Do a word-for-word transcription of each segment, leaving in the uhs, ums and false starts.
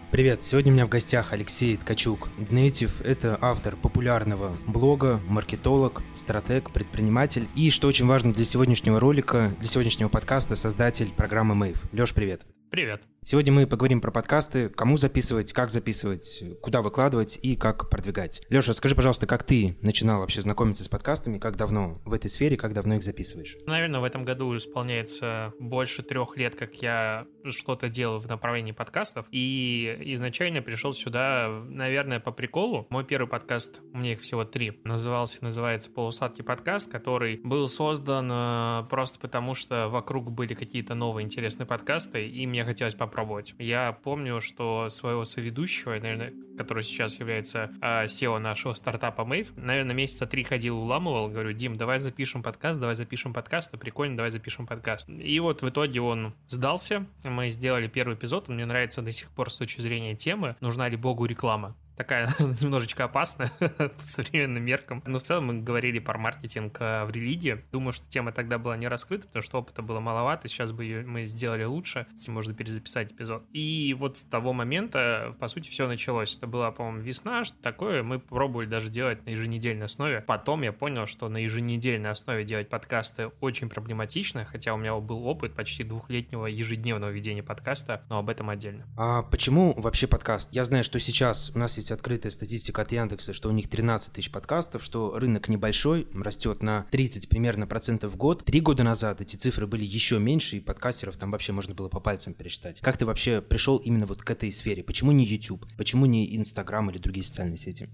Привет, сегодня у меня в гостях Алексей Ткачук. Native — это автор популярного блога, маркетолог, стратег, предприниматель и, что очень важно для сегодняшнего ролика, для сегодняшнего подкаста, создатель программы Мэйв. Лёш, привет. Привет. Сегодня мы поговорим про подкасты, кому записывать, как записывать, куда выкладывать и как продвигать. Леша, скажи, пожалуйста, как ты начинал вообще знакомиться с подкастами, как давно в этой сфере, как давно их записываешь? Наверное, в этом году исполняется больше трех лет, как я что-то делаю в направлении подкастов, и изначально пришел сюда, наверное, по приколу. Мой первый подкаст, у меня их всего три, назывался, называется «Полусладкий подкаст», который был создан э, просто потому, что вокруг были какие-то новые интересные подкасты, и мне хотелось попробовать. Я помню, что своего соведущего, наверное, который сейчас является э, си и о нашего стартапа Мэйв, наверное, месяца три ходил, уламывал, говорю: Дим, давай запишем подкаст, давай запишем подкаст, это прикольно, давай запишем подкаст. И вот в итоге он сдался, мы сделали первый эпизод, он мне нравится до сих пор с точки зрения темы, нужна ли Богу реклама. Такая немножечко опасная по современным меркам. Но в целом мы говорили про маркетинг в религии. Думаю, что тема тогда была не раскрыта, потому что опыта было маловато. Сейчас бы ее мы сделали лучше, если можно перезаписать эпизод. И вот с того момента, по сути, все началось. Это была, по-моему, весна, что такое. Мы пробовали даже делать на еженедельной основе. Потом я понял, что на еженедельной основе делать подкасты очень проблематично, хотя у меня был опыт почти двухлетнего ежедневного ведения подкаста, но об этом отдельно. А почему вообще подкаст? Я знаю, что сейчас у нас есть открытая статистика от Яндекса, что у них тринадцать тысяч подкастов, что рынок небольшой, растет на тридцать примерно процентов в год. Три года назад эти цифры были еще меньше, и подкастеров там вообще можно было по пальцам пересчитать. Как ты вообще пришел именно вот к этой сфере? Почему не YouTube? Почему не Instagram или другие социальные сети?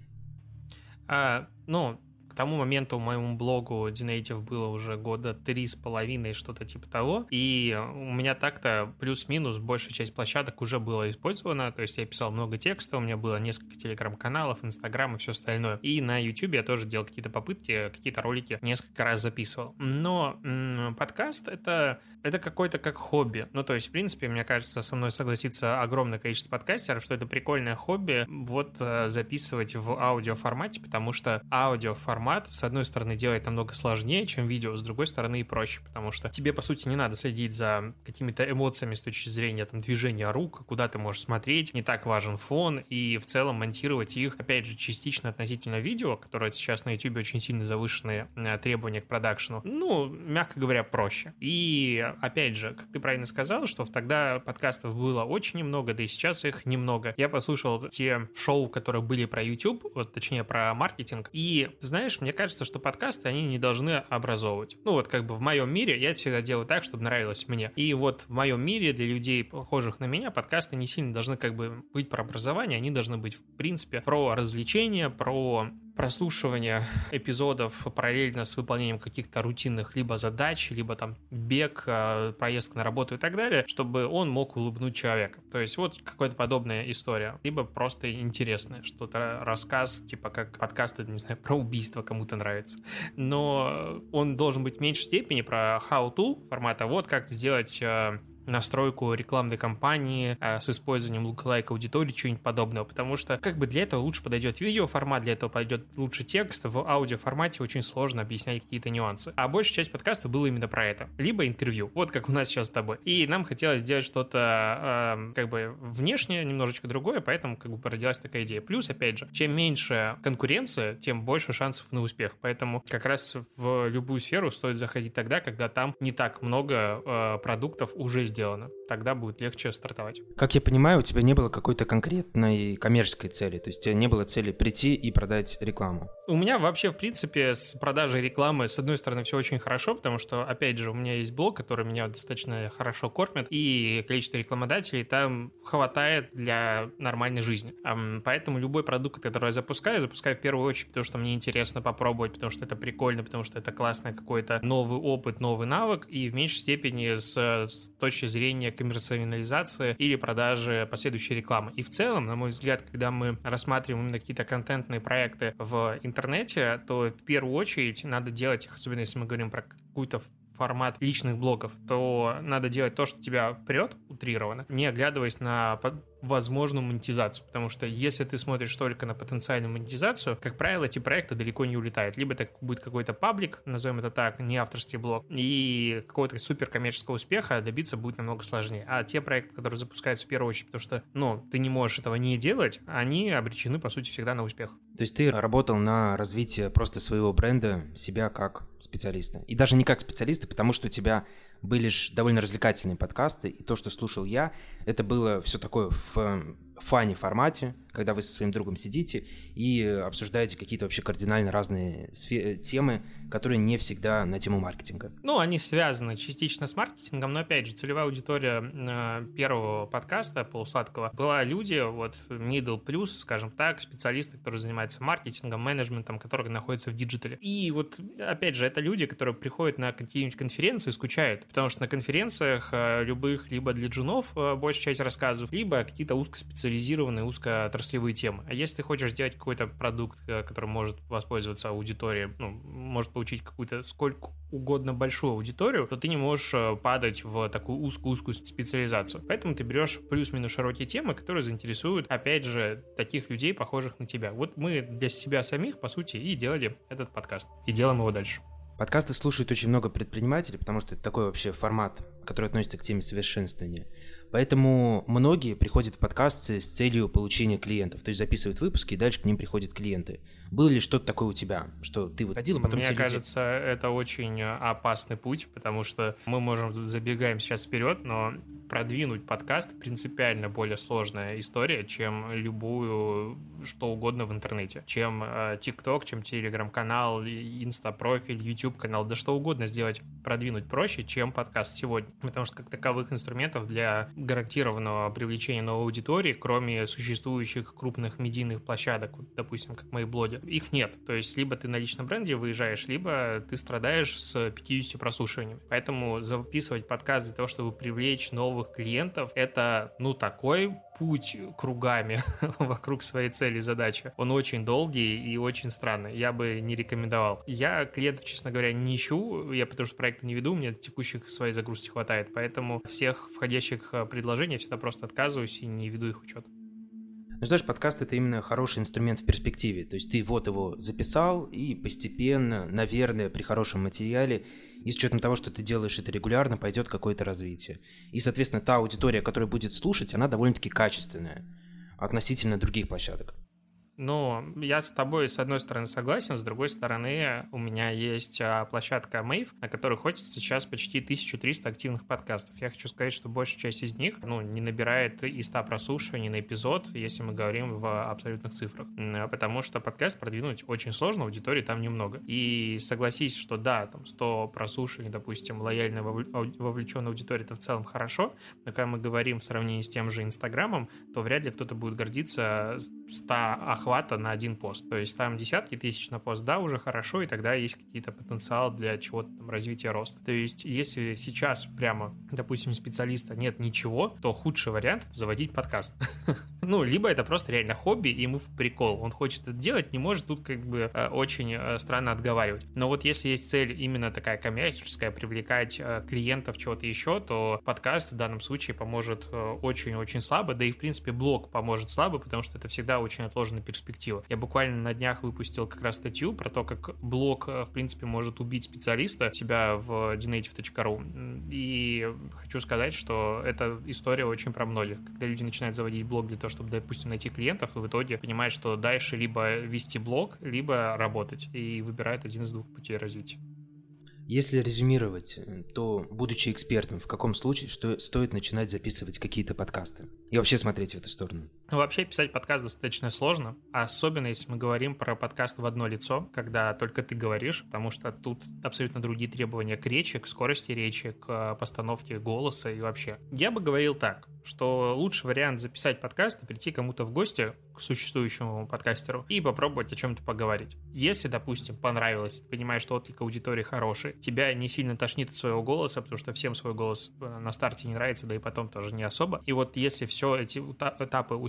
А, ну... К тому моменту моему блогу Native было уже года три с половиной, что-то типа того, и у меня так-то плюс-минус большая часть площадок уже была использована, то есть я писал много текста, у меня было несколько телеграм-каналов, инстаграм и все остальное, и на YouTube я тоже делал какие-то попытки, какие-то ролики несколько раз записывал, но м- подкаст это, это какой-то как хобби, ну то есть в принципе, мне кажется, со мной согласится огромное количество подкастеров, что это прикольное хобби, вот записывать в аудиоформате, потому что аудиоформат с одной стороны, делает намного сложнее, чем видео, с другой стороны и проще, потому что тебе, по сути, не надо следить за какими-то эмоциями с точки зрения там, движения рук, куда ты можешь смотреть, не так важен фон, и в целом монтировать их, опять же, частично относительно видео, которое сейчас на YouTube очень сильно завышенные требования к продакшену, ну, мягко говоря, проще. И, опять же, как ты правильно сказал, что тогда подкастов было очень немного, да и сейчас их немного. Я послушал те шоу, которые были про YouTube, вот, точнее, про маркетинг, и, знаешь, мне кажется, что подкасты, они не должны образовывать. Ну вот как бы в моем мире я это всегда делаю так, чтобы нравилось мне. И вот в моем мире для людей, похожих на меня, подкасты не сильно должны как бы быть про образование, они должны быть в принципе про развлечения, про прослушивание эпизодов параллельно с выполнением каких-то рутинных либо задач, либо там бег, поездка на работу и так далее, чтобы он мог улыбнуть человека. То есть вот какая-то подобная история. Либо просто интересное, что-то рассказ, типа как подкасты, не знаю, про убийство кому-то нравится. Но он должен быть в меньшей степени про how-to формата, вот как сделать настройку рекламной кампании а, с использованием лук-лайк аудитории, чего-нибудь подобного, потому что как бы для этого лучше подойдет видеоформат, для этого пойдет лучше текст, в аудиоформате очень сложно объяснять какие-то нюансы. А большая часть подкаста была именно про это. Либо интервью, вот как у нас сейчас с тобой. И нам хотелось сделать что-то э, как бы внешнее, немножечко другое, поэтому как бы родилась такая идея. Плюс, опять же, чем меньше конкуренция, тем больше шансов на успех. Поэтому как раз в любую сферу стоит заходить тогда, когда там не так много э, продуктов уже сделано. Тогда будет легче стартовать. Как я понимаю, у тебя не было какой-то конкретной коммерческой цели, то есть у тебя не было цели прийти и продать рекламу. У меня вообще, в принципе, с продажей рекламы, с одной стороны, все очень хорошо, потому что, опять же, у меня есть блог, который меня достаточно хорошо кормит, и количество рекламодателей там хватает для нормальной жизни. Поэтому любой продукт, который я запускаю, запускаю в первую очередь, потому что мне интересно попробовать, потому что это прикольно, потому что это классный какой-то новый опыт, новый навык, и в меньшей степени с, с точки зрения коммерциализации или продажи последующей рекламы. И в целом, на мой взгляд, когда мы рассматриваем именно какие-то контентные проекты в интернете, то в первую очередь надо делать их, особенно если мы говорим про какую-то формат личных блогов, то надо делать то, что тебя прет, утрированно, не оглядываясь на возможную монетизацию, потому что если ты смотришь только на потенциальную монетизацию, как правило, эти проекты далеко не улетают. Либо это будет какой-то паблик, назовем это так, не авторский блог, и какого-то суперкоммерческого успеха добиться будет намного сложнее. А те проекты, которые запускаются в первую очередь, потому что, ну, ты не можешь этого не делать, они обречены, по сути, всегда на успех. То есть ты работал на развитие просто своего бренда, себя как специалиста. И даже не как специалиста, потому что у тебя были же довольно развлекательные подкасты, и то, что слушал я, это было все такое в фане формате, когда вы со своим другом сидите и обсуждаете какие-то вообще кардинально разные сфе- темы, которые не всегда на тему маркетинга. Ну, они связаны частично с маркетингом, но, опять же, целевая аудитория э, первого подкаста «Полусладкого» была люди, вот, middle plus, скажем так, специалисты, которые занимаются маркетингом, менеджментом, которые находятся в диджитале. И вот, опять же, это люди, которые приходят на какие-нибудь конференции и скучают, потому что на конференциях э, любых либо для джунов э, большая часть рассказов, либо какие-то узкоспециализированные, узкоотраслевые темы. А если ты хочешь сделать какой-то продукт, который может воспользоваться аудиторией, ну, может получить какую-то сколько угодно большую аудиторию, то ты не можешь падать в такую узкую-узкую специализацию. Поэтому ты берешь плюс-минус широкие темы, которые заинтересуют, опять же, таких людей, похожих на тебя. Вот мы для себя самих, по сути, и делали этот подкаст. И делаем его дальше. Подкасты слушают очень много предпринимателей, потому что это такой вообще формат, который относится к теме совершенствования. Поэтому многие приходят в подкасты с целью получения клиентов, то есть записывают выпуски, и дальше к ним приходят клиенты. Было ли что-то такое у тебя, что ты выходил, а потом Мне тебе кажется, люди... это очень опасный путь, потому что мы можем, забегаем сейчас вперед, но продвинуть подкаст принципиально более сложная история, чем любую что угодно в интернете. Чем TikTok, чем Telegram-канал, Инста-профиль, YouTube-канал, да что угодно сделать, продвинуть проще, чем подкаст сегодня. Потому что как таковых инструментов для гарантированного привлечения новой аудитории, кроме существующих крупных медийных площадок, вот, допустим, как мои блоги, их нет. То есть либо ты на личном бренде выезжаешь, либо ты страдаешь с пятьюдесятью прослушиваниями. Поэтому записывать подкаст для того, чтобы привлечь новых клиентов, это, ну, такой путь кругами вокруг своей цели, задачи. Он очень долгий и очень странный. Я бы не рекомендовал. Я клиентов, честно говоря, не ищу, я потому что проекты не веду, мне текущих своей загрузки хватает, поэтому всех входящих предложений я всегда просто отказываюсь и не веду их учет. Ну, знаешь, подкаст – это именно хороший инструмент в перспективе. То есть ты вот его записал, и постепенно, наверное, при хорошем материале, и с учетом того, что ты делаешь это регулярно, пойдет какое-то развитие. И, соответственно, та аудитория, которая будет слушать, она довольно-таки качественная относительно других площадок. Ну, я с тобой, с одной стороны, согласен, с другой стороны, у меня есть площадка Мэйв, на которой ходит сейчас почти тысяча триста активных подкастов. Я хочу сказать, что большая часть из них, ну, не набирает и ста прослушиваний на эпизод, если мы говорим в абсолютных цифрах. Потому что подкаст продвинуть очень сложно, аудитории там немного. И согласись, что да, там сто прослушиваний, допустим, лояльная вовлеченная аудитория, это в целом хорошо, но когда мы говорим в сравнении с тем же Инстаграмом, то вряд ли кто-то будет гордиться ста охвата на один пост. То есть там десятки тысяч на пост, да, уже хорошо, и тогда есть какие-то потенциал для чего-то там развития роста. То есть если сейчас прямо, допустим, специалиста нет ничего, то худший вариант — это заводить подкаст. Ну, либо это просто реально хобби, и ему в прикол. Он хочет это делать, не может тут как бы очень странно отговаривать. Но вот если есть цель именно такая коммерческая, привлекать клиентов, чего-то еще, то подкаст в данном случае поможет очень-очень слабо, да и в принципе блог поможет слабо, потому что это всегда очень отложенная перспектива. Я буквально на днях выпустил как раз статью про то, как блог, в принципе, может убить специалиста себя в dnative точка ру. И хочу сказать, что эта история очень про многих. Когда люди начинают заводить блог для того, чтобы, допустим, найти клиентов, и в итоге понимают, что дальше либо вести блог, либо работать, и выбирают один из двух путей развития. Если резюмировать, то, будучи экспертом, в каком случае что стоит начинать записывать какие-то подкасты и вообще смотреть в эту сторону? Вообще писать подкаст достаточно сложно, особенно если мы говорим про подкаст в одно лицо, когда только ты говоришь, потому что тут абсолютно другие требования к речи, к скорости речи, к постановке голоса и вообще. Я бы говорил так, что лучший вариант записать подкаст и прийти кому-то в гости, к существующему подкастеру, и попробовать о чем-то поговорить. Если, допустим, понравилось, ты понимаешь, что отклик аудитории хороший, тебя не сильно тошнит от своего голоса, потому что всем свой голос на старте не нравится, да и потом тоже не особо. И вот если все эти этапы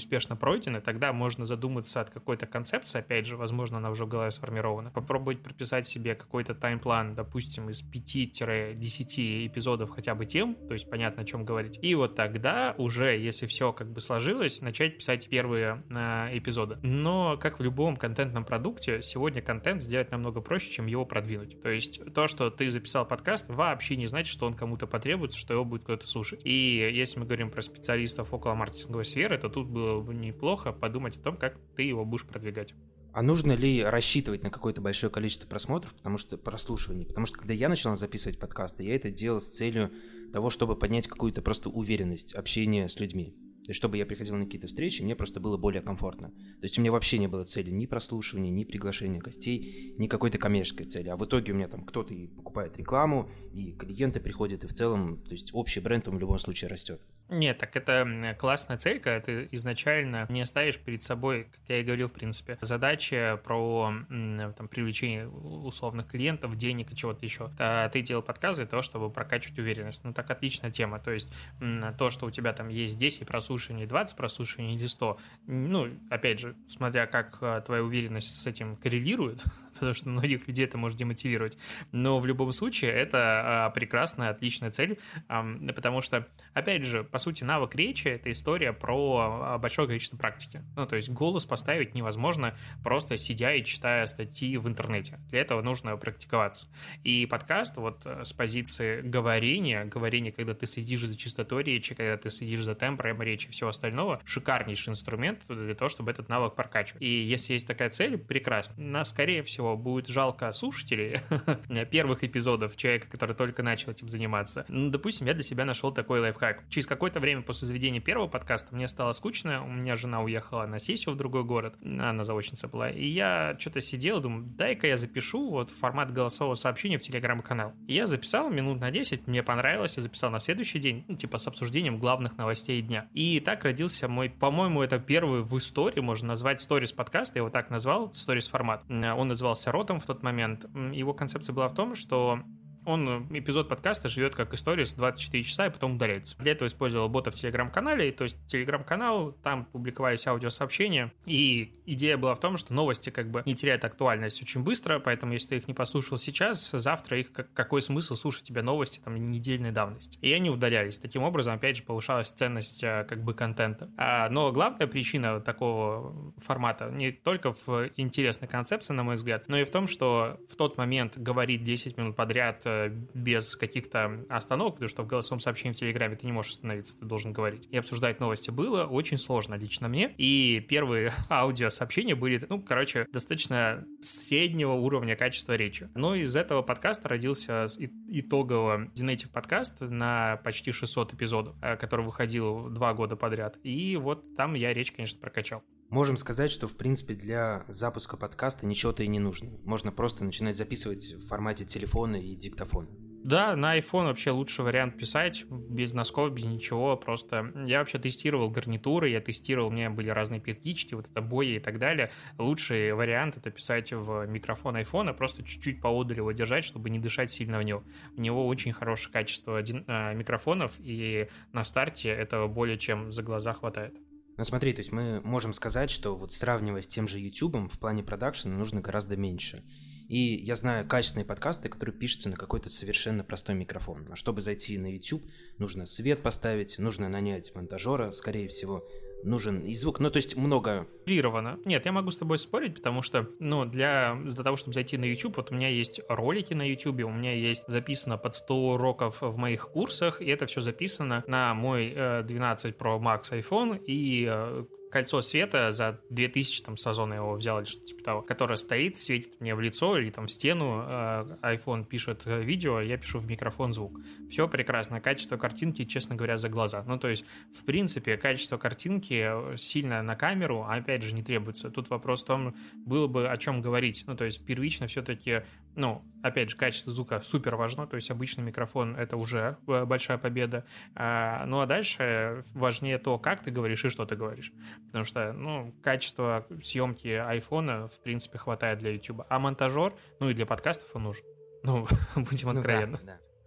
успешно пройдены, тогда можно задуматься от какой-то концепции, опять же, возможно, она уже в голове сформирована, попробовать прописать себе какой-то таймплан, допустим, из пяти-десяти эпизодов хотя бы тем, то есть понятно, о чем говорить. И вот тогда уже, если все как бы сложилось, начать писать первые э, эпизоды. Но, как в любом контентном продукте, сегодня контент сделать намного проще, чем его продвинуть. То есть то, что ты записал подкаст, вообще не значит, что он кому-то потребуется, что его будет кто-то слушать. И если мы говорим про специалистов около маркетинговой сферы, то тут было бы неплохо подумать о том, как ты его будешь продвигать. А нужно ли рассчитывать на какое-то большое количество просмотров, потому что прослушиваний? Потому что когда я начал записывать подкасты, я это делал с целью того, чтобы поднять какую-то просто уверенность общения с людьми. То есть, чтобы я приходил на какие-то встречи, мне просто было более комфортно. То есть, у меня вообще не было цели ни прослушивания, ни приглашения гостей, ни какой-то коммерческой цели. А в итоге у меня там кто-то и покупает рекламу, и клиенты приходят, и в целом, то есть, общий бренд он в любом случае растет. Нет, так это классная цель, когда ты изначально не ставишь перед собой, как я и говорил, в принципе, задачи про там, привлечение условных клиентов, денег и чего-то еще. А ты делал подкасты для того, чтобы прокачивать уверенность. Ну, так отличная тема. То есть то, что у тебя там есть десять прослушиваний, двадцать прослушиваний или сто, ну, опять же, смотря как твоя уверенность с этим коррелирует, потому что многих людей это может демотивировать. Но в любом случае это прекрасная, отличная цель, потому что, опять же, по сути, навык речи — это история про большое количество практики. Ну, то есть голос поставить невозможно просто сидя и читая статьи в интернете. Для этого нужно практиковаться. И подкаст вот с позиции говорения, говорения, когда ты следишь за частотой речи, когда ты следишь за темпом речи и всего остального, шикарнейший инструмент для того, чтобы этот навык прокачивать. И если есть такая цель, прекрасно. Нас, скорее всего, будет жалко слушателей первых эпизодов, человека, который только начал этим заниматься. Ну, допустим, я для себя нашел такой лайфхак. Через какое-то время после заведения первого подкаста мне стало скучно, у меня жена уехала на сессию в другой город, она заочница была, и я что-то сидел, думаю, дай-ка я запишу вот формат голосового сообщения в телеграм-канал. И я записал минут на десять, мне понравилось, я записал на следующий день, ну, типа с обсуждением главных новостей дня. И так родился мой, по-моему, это первый в истории, можно назвать сторис подкаст, я его так назвал, сторис формат. Он назывался Ротом в тот момент. Его концепция была в том, что он, эпизод подкаста живет как история с двадцать четыре часа и потом удаляется. Для этого использовал бота в Телеграм-канале, то есть Телеграм-канал, там публиковались аудиосообщения, и идея была в том, что новости как бы не теряют актуальность очень быстро, поэтому если ты их не послушал сейчас, завтра их какой смысл слушать тебе новости там недельной давности. И они удалялись. Таким образом, опять же, повышалась ценность как бы контента. А, но главная причина такого формата не только в интересной концепции, на мой взгляд, но и в том, что в тот момент говорить десять минут подряд без каких-то остановок, потому что в голосовом сообщении в Телеграме ты не можешь остановиться, ты должен говорить. И обсуждать новости было очень сложно лично мне. И первые аудиосообщения были, ну, короче, достаточно среднего уровня качества речи. Но из этого подкаста родился итогово Dnative подкаст на почти шестьсот эпизодов, который выходил два года подряд. И вот там я речь, конечно, прокачал. Можем сказать, что, в принципе, для запуска подкаста ничего-то и не нужно. Можно просто начинать записывать в формате телефона и диктофона. Да, на iPhone вообще лучший вариант писать, без носков, без ничего, просто я вообще тестировал гарнитуры, я тестировал, у меня были разные переклички, вот это бои и так далее. Лучший вариант — это писать в микрофон iPhone, просто чуть-чуть поодаль его держать, чтобы не дышать сильно в него. У него очень хорошее качество микрофонов, и на старте этого более чем за глаза хватает. Ну смотри, то есть мы можем сказать, что вот сравнивая с тем же YouTube, в плане продакшена нужно гораздо меньше. И я знаю качественные подкасты, которые пишутся на какой-то совершенно простой микрофон. А чтобы зайти на YouTube, нужно свет поставить, нужно нанять монтажера, скорее всего, нужен и звук, ну то есть много... Прервано. Нет, я могу с тобой спорить, потому что, ну, для, для того, чтобы зайти на YouTube, вот у меня есть ролики на YouTube, у меня есть записано под сто уроков в моих курсах, и это все записано на мой э, двенадцать Pro Max iPhone и... Э, кольцо света за две тысячи, там, с Озона его взял или что-то типа того, которое стоит, светит мне в лицо или там в стену, iPhone пишет видео, я пишу в микрофон звук. Все прекрасно. Качество картинки, честно говоря, за глаза. Ну, то есть, в принципе, качество картинки сильно на камеру, опять же, не требуется. Тут вопрос в том, было бы о чем говорить. Ну, то есть, первично все-таки, ну, опять же, качество звука супер важно, то есть, обычный микрофон — это уже большая победа. Ну, а дальше важнее то, как ты говоришь и что ты говоришь. Потому что, ну, качество съемки айфона, в принципе, хватает для YouTube. А монтажер, ну, и для подкастов он нужен. Ну, будем откровенны. Ну, да, да.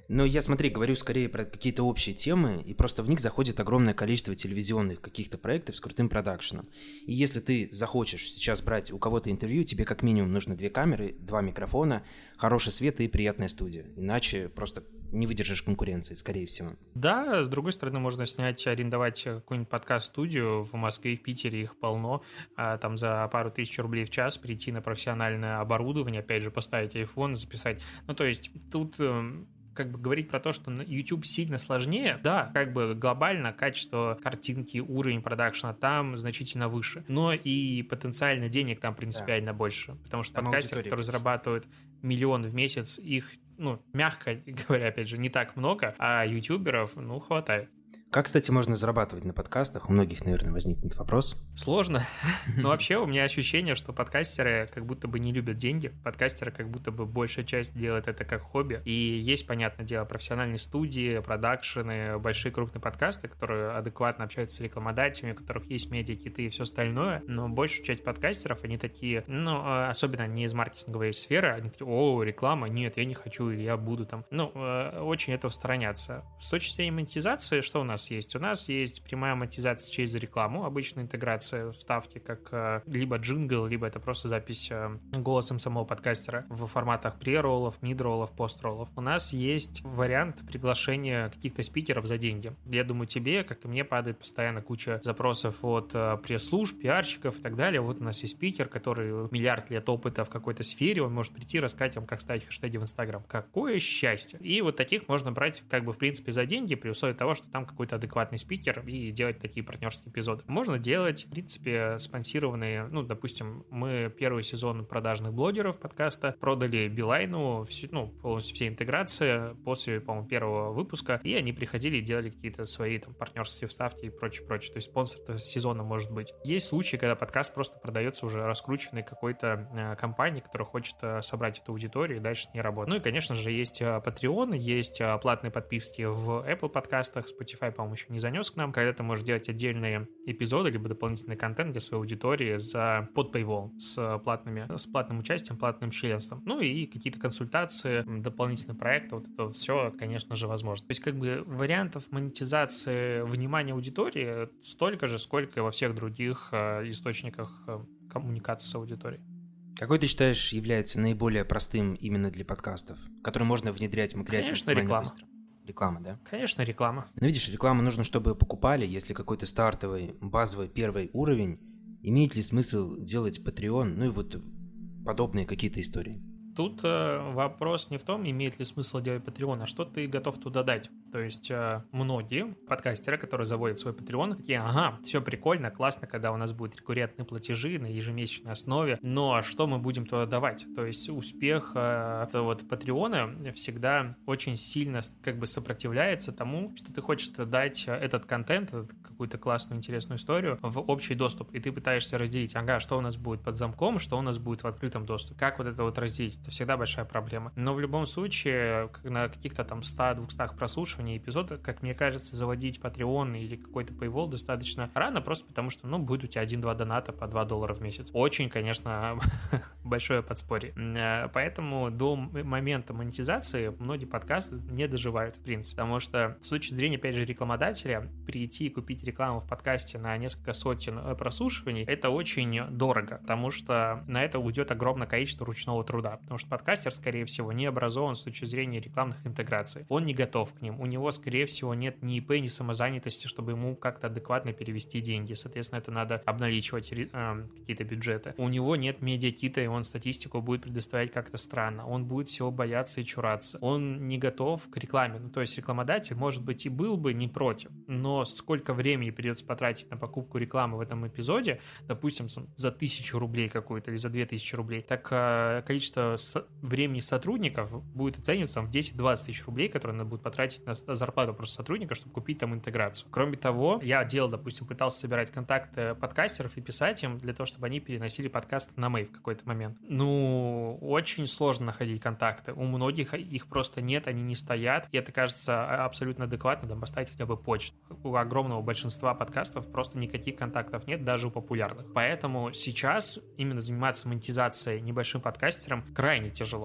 Но я, смотри, говорю скорее про какие-то общие темы, и просто в них заходит огромное количество телевизионных каких-то проектов с крутым продакшеном. И если ты захочешь сейчас брать у кого-то интервью, тебе как минимум нужно две камеры, два микрофона, хороший свет и приятная студия. Иначе просто не выдержишь конкуренции, скорее всего. Да, с другой стороны, можно снять, арендовать какую-нибудь подкаст-студию. В Москве и в Питере их полно. А там за пару тысяч рублей в час прийти на профессиональное оборудование, опять же, поставить iPhone, записать. Ну, то есть тут... как бы говорить про то, что на YouTube сильно сложнее, да, как бы глобально качество картинки, уровень продакшена там значительно выше, но и потенциально денег там принципиально да. больше, потому что там подкастеры, которые зарабатывают миллион в месяц, их, ну, мягко говоря, опять же, не так много, а ютуберов, ну, хватает. Как, кстати, можно зарабатывать на подкастах? У многих, наверное, возникнет вопрос. Сложно. Но вообще у меня ощущение, что подкастеры как будто бы не любят деньги. Подкастеры как будто бы большая часть делает это как хобби. И есть, понятное дело, профессиональные студии, продакшены, большие крупные подкасты, которые адекватно общаются с рекламодателями, у которых есть медиакиты и все остальное. Но большая часть подкастеров, они такие, ну, особенно не из маркетинговой сферы, они такие: о, реклама, нет, я не хочу, или я буду там. Ну, очень этого сторонятся. С точки зрения монетизации, что у нас есть? У нас есть прямая монетизация через рекламу, обычная интеграция вставки, как либо джингл, либо это просто запись голосом самого подкастера в форматах прероллов, мидроллов, построллов. У нас есть вариант приглашения каких-то спикеров за деньги. Я думаю, тебе, как и мне, падает постоянно куча запросов от пресс-служб, пиарщиков и так далее. Вот у нас есть спикер, который миллиард лет опыта в какой-то сфере, он может прийти, рассказать вам, как ставить хэштеги в Инстаграм. Какое счастье! И вот таких можно брать, как бы, в принципе, за деньги, при условии того, что там какой-то адекватный спикер, и делать такие партнерские эпизоды. Можно делать, в принципе, спонсированные, ну, допустим, мы первый сезон продажных блогеров подкаста продали Билайну, всю, ну, полностью все интеграции после, по-моему, первого выпуска, и они приходили и делали какие-то свои там партнерские вставки и прочее, прочее. То есть спонсор сезона может быть. Есть случаи, когда подкаст просто продается уже раскрученной какой-то э, компании, которая хочет э, собрать эту аудиторию и дальше не работать. Ну и, конечно же, есть Patreon, есть э, платные подписки в Apple подкастах, Spotify, по-моему, еще не занес к нам, когда ты можешь делать отдельные эпизоды, либо дополнительный контент для своей аудитории за под paywall, с платными, с платным участием, платным членством. Ну и какие-то консультации, дополнительные проекты, вот это все, конечно же, возможно. То есть, как бы, вариантов монетизации внимания аудитории столько же, сколько и во всех других источниках коммуникации с аудиторией. Какой, ты считаешь, является наиболее простым именно для подкастов, который можно внедрять максимально реклама. быстро? Реклама, да? Конечно, реклама. Но видишь, рекламу нужно, чтобы покупали, если какой-то стартовый, базовый, первый уровень. Имеет ли смысл делать Patreon, ну и вот подобные какие-то истории? Тут э, вопрос не в том, имеет ли смысл делать Patreon, а что ты готов туда дать. То есть э, многие подкастеры, которые заводят свой Patreon, такие: ага, все прикольно, классно, когда у нас будут рекуррентные платежи на ежемесячной основе, но что мы будем туда давать? То есть успех э, этого вот Patreon всегда очень сильно как бы сопротивляется тому, что ты хочешь дать этот контент, какую-то классную, интересную историю в общий доступ, и ты пытаешься разделить, ага, что у нас будет под замком, что у нас будет в открытом доступе. Как вот это вот разделить? Это всегда большая проблема. Но в любом случае, на каких-то там сто-двухстах прослушиваний эпизода, как мне кажется, заводить Patreon или какой-то Paywall достаточно рано, просто потому что, ну, будет у тебя один-два доната по два доллара в месяц. Очень, конечно, большое подспорье. Поэтому до момента монетизации многие подкасты не доживают, в принципе. Потому что с точки зрения, опять же, рекламодателя, прийти и купить рекламу в подкасте на несколько сотен прослушиваний, это очень дорого, потому что на это уйдет огромное количество ручного труда. Потому что подкастер, скорее всего, не образован с точки зрения рекламных интеграций. Он не готов к ним. У него, скорее всего, нет ни ИП, ни самозанятости, чтобы ему как-то адекватно перевести деньги. Соответственно, это надо обналичивать э, какие-то бюджеты. У него нет медиакита, и он статистику будет предоставлять как-то странно. Он будет всего бояться и чураться. Он не готов к рекламе. Ну, то есть рекламодатель, может быть, и был бы не против, но сколько времени придется потратить на покупку рекламы в этом эпизоде, допустим, за тысячу рублей какую-то или за две тысячи рублей, так э, количество времени сотрудников будет оцениваться в десять-двадцать тысяч рублей, которые надо будет потратить на зарплату просто сотрудника, чтобы купить там интеграцию. Кроме того, я делал, допустим, пытался собирать контакты подкастеров и писать им для того, чтобы они переносили подкаст на мэй в какой-то момент. Ну, очень сложно находить контакты. У многих их просто нет, они не стоят, и это кажется абсолютно адекватно, там, поставить хотя бы почту. У огромного большинства подкастов просто никаких контактов нет, даже у популярных. Поэтому сейчас именно заниматься монетизацией небольшим подкастером крайне тяжело.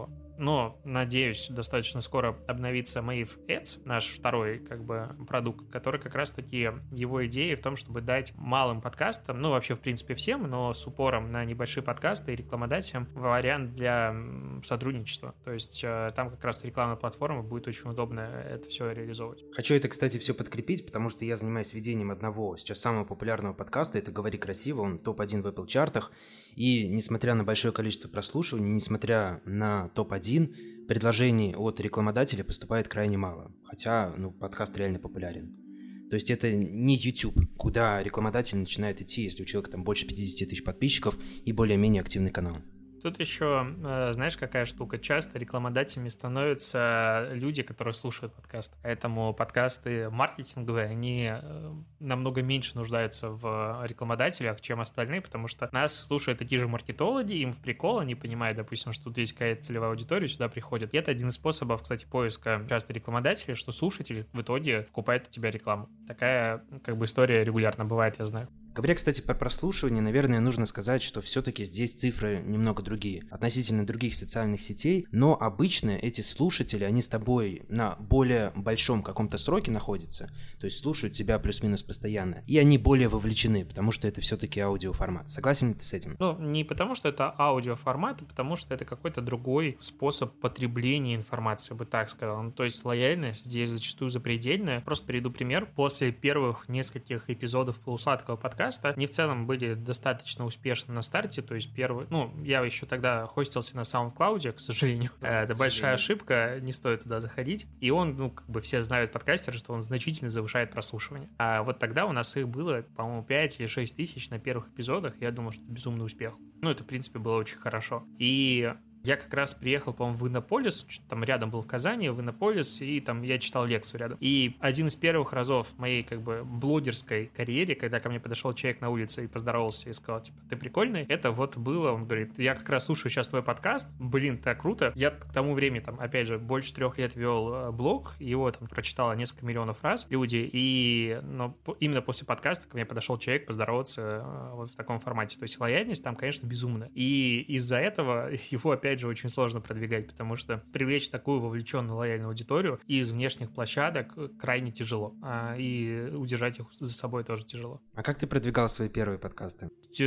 но, надеюсь, достаточно скоро обновится Mave Ads, наш второй как бы продукт, который как раз-таки его идея в том, чтобы дать малым подкастам, ну вообще в принципе всем, но с упором на небольшие подкасты и рекламодателям вариант для сотрудничества. То есть там как раз рекламная платформа будет очень удобно это все реализовывать. Хочу это, кстати, все подкрепить, потому что я занимаюсь ведением одного сейчас самого популярного подкаста, это «Говори красиво», он топ один в Apple чартах, и несмотря на большое количество прослушиваний, несмотря на топ один, предложений от рекламодателя поступает крайне мало, хотя ну, подкаст реально популярен. То есть это не YouTube, куда рекламодатель начинает идти, если у человека там больше пятьдесят тысяч подписчиков и более-менее активный канал. Тут еще, знаешь, какая штука? Часто рекламодателями становятся люди, которые слушают подкаст. Поэтому подкасты маркетинговые, они намного меньше нуждаются в рекламодателях, чем остальные, потому что нас слушают такие же маркетологи, им в прикол, они понимают, допустим, что тут есть какая-то целевая аудитория, сюда приходят. И это один из способов, кстати, поиска часто рекламодателей, что слушатели в итоге покупают у тебя рекламу. Такая, как бы, история регулярно бывает, я знаю. Говоря, кстати, про прослушивание, наверное, нужно сказать, что все-таки здесь цифры немного другие, относительно других социальных сетей, но обычно эти слушатели, они с тобой на более большом каком-то сроке находятся, то есть слушают тебя плюс-минус постоянно, и они более вовлечены, потому что это все-таки аудиоформат. Согласен ли ты с этим? Ну, не потому что это аудиоформат, а потому что это какой-то другой способ потребления информации, я бы так сказал. Ну, то есть лояльность здесь зачастую запредельная. Просто приведу пример. После первых нескольких эпизодов «Полусладкого» подкаста они в целом были достаточно успешны на старте, то есть первый, ну, я еще тогда хостился на SoundCloud, к сожалению, это большая ошибка, не стоит туда заходить, и он, ну, как бы все знают подкастеры, что он значительно завышает прослушивание, а вот тогда у нас их было, по-моему, пять или шесть тысяч на первых эпизодах, я думал, что это безумный успех, ну, это, в принципе, было очень хорошо, и... Я как раз приехал, по-моему, в Иннополис, там рядом был в Казани, в Иннополис, и там я читал лекцию рядом. И один из первых разов в моей, как бы, блогерской карьере, когда ко мне подошел человек на улице и поздоровался и сказал, типа, ты прикольный, это вот было, он говорит, я как раз слушаю сейчас твой подкаст, блин, так круто. Я к тому времени, там, опять же, больше трех лет вел блог, его там прочитало несколько миллионов раз люди, и но именно после подкаста ко мне подошел человек поздороваться вот в таком формате. То есть лояльность там, конечно, безумная. И из-за этого его опять же очень сложно продвигать, потому что привлечь такую вовлеченную лояльную аудиторию из внешних площадок крайне тяжело, а, и удержать их за собой тоже тяжело. А как ты продвигал свои первые подкасты?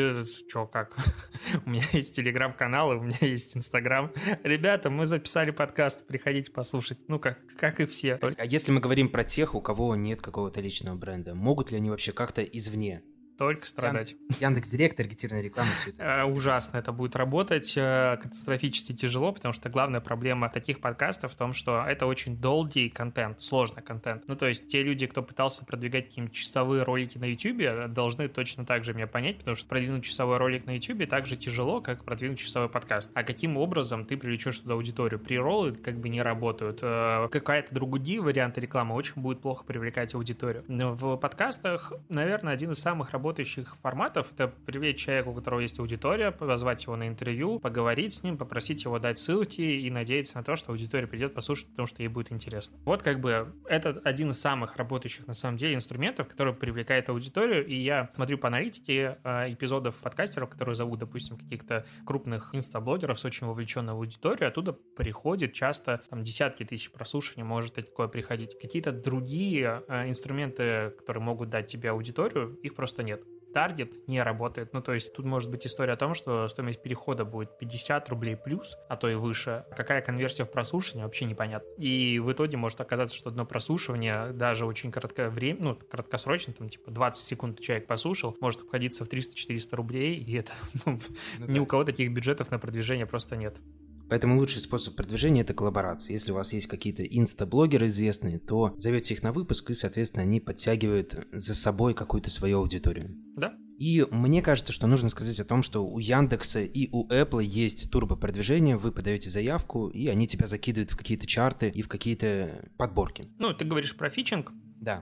Че, как? У меня есть телеграм-канал, у меня есть инстаграм. Ребята, мы записали подкаст, приходите послушать. Ну, как, как и все. А если мы говорим про тех, у кого нет какого-то личного бренда, могут ли они вообще как-то извне? Только страдать. Яндекс.Директ, таргетированная реклама, все это. Э, ужасно это будет работать, э, катастрофически тяжело, потому что главная проблема таких подкастов в том, что это очень долгий контент, сложный контент. Ну, то есть те люди, кто пытался продвигать какие-нибудь часовые ролики на YouTube, должны точно так же меня понять, потому что продвинуть часовой ролик на YouTube так же тяжело, как продвинуть часовой подкаст. А каким образом ты привлечешь туда аудиторию? Прероллы как бы не работают. Э, какая-то другие варианты рекламы очень будет плохо привлекать аудиторию. В подкастах, наверное, один из самых работающих работающих форматов — это привлечь человека, у которого есть аудитория, позвать его на интервью, поговорить с ним, попросить его дать ссылки и надеяться на то, что аудитория придет послушать, потому что ей будет интересно. Вот как бы это один из самых работающих на самом деле инструментов, который привлекает аудиторию, и я смотрю по аналитике э, эпизодов подкастеров, которые зовут, допустим, каких-то крупных инстаблогеров с очень вовлеченной аудиторией, оттуда приходит часто там десятки тысяч прослушиваний, может такое приходить. Какие-то другие э, инструменты, которые могут дать тебе аудиторию, их просто нет. Таргет не работает. Ну, то есть тут может быть история о том, что стоимость перехода будет пятьдесят рублей плюс, а то и выше. Какая конверсия в прослушивание, вообще непонятно. И в итоге может оказаться, что одно прослушивание, даже очень короткое время, ну, краткосрочно, там, типа двадцать секунд человек послушал, может обходиться в триста-четыреста рублей, и это, ну, ну, ни да. У кого таких бюджетов на продвижение просто нет. Поэтому лучший способ продвижения – это коллаборация. Если у вас есть какие-то инста-блогеры известные, то зовете их на выпуск, и, соответственно, они подтягивают за собой какую-то свою аудиторию. Да. И мне кажется, что нужно сказать о том, что у Яндекса и у Apple есть турбопродвижение, вы подаете заявку, и они тебя закидывают в какие-то чарты и в какие-то подборки. Ну, ты говоришь про фичинг? Да.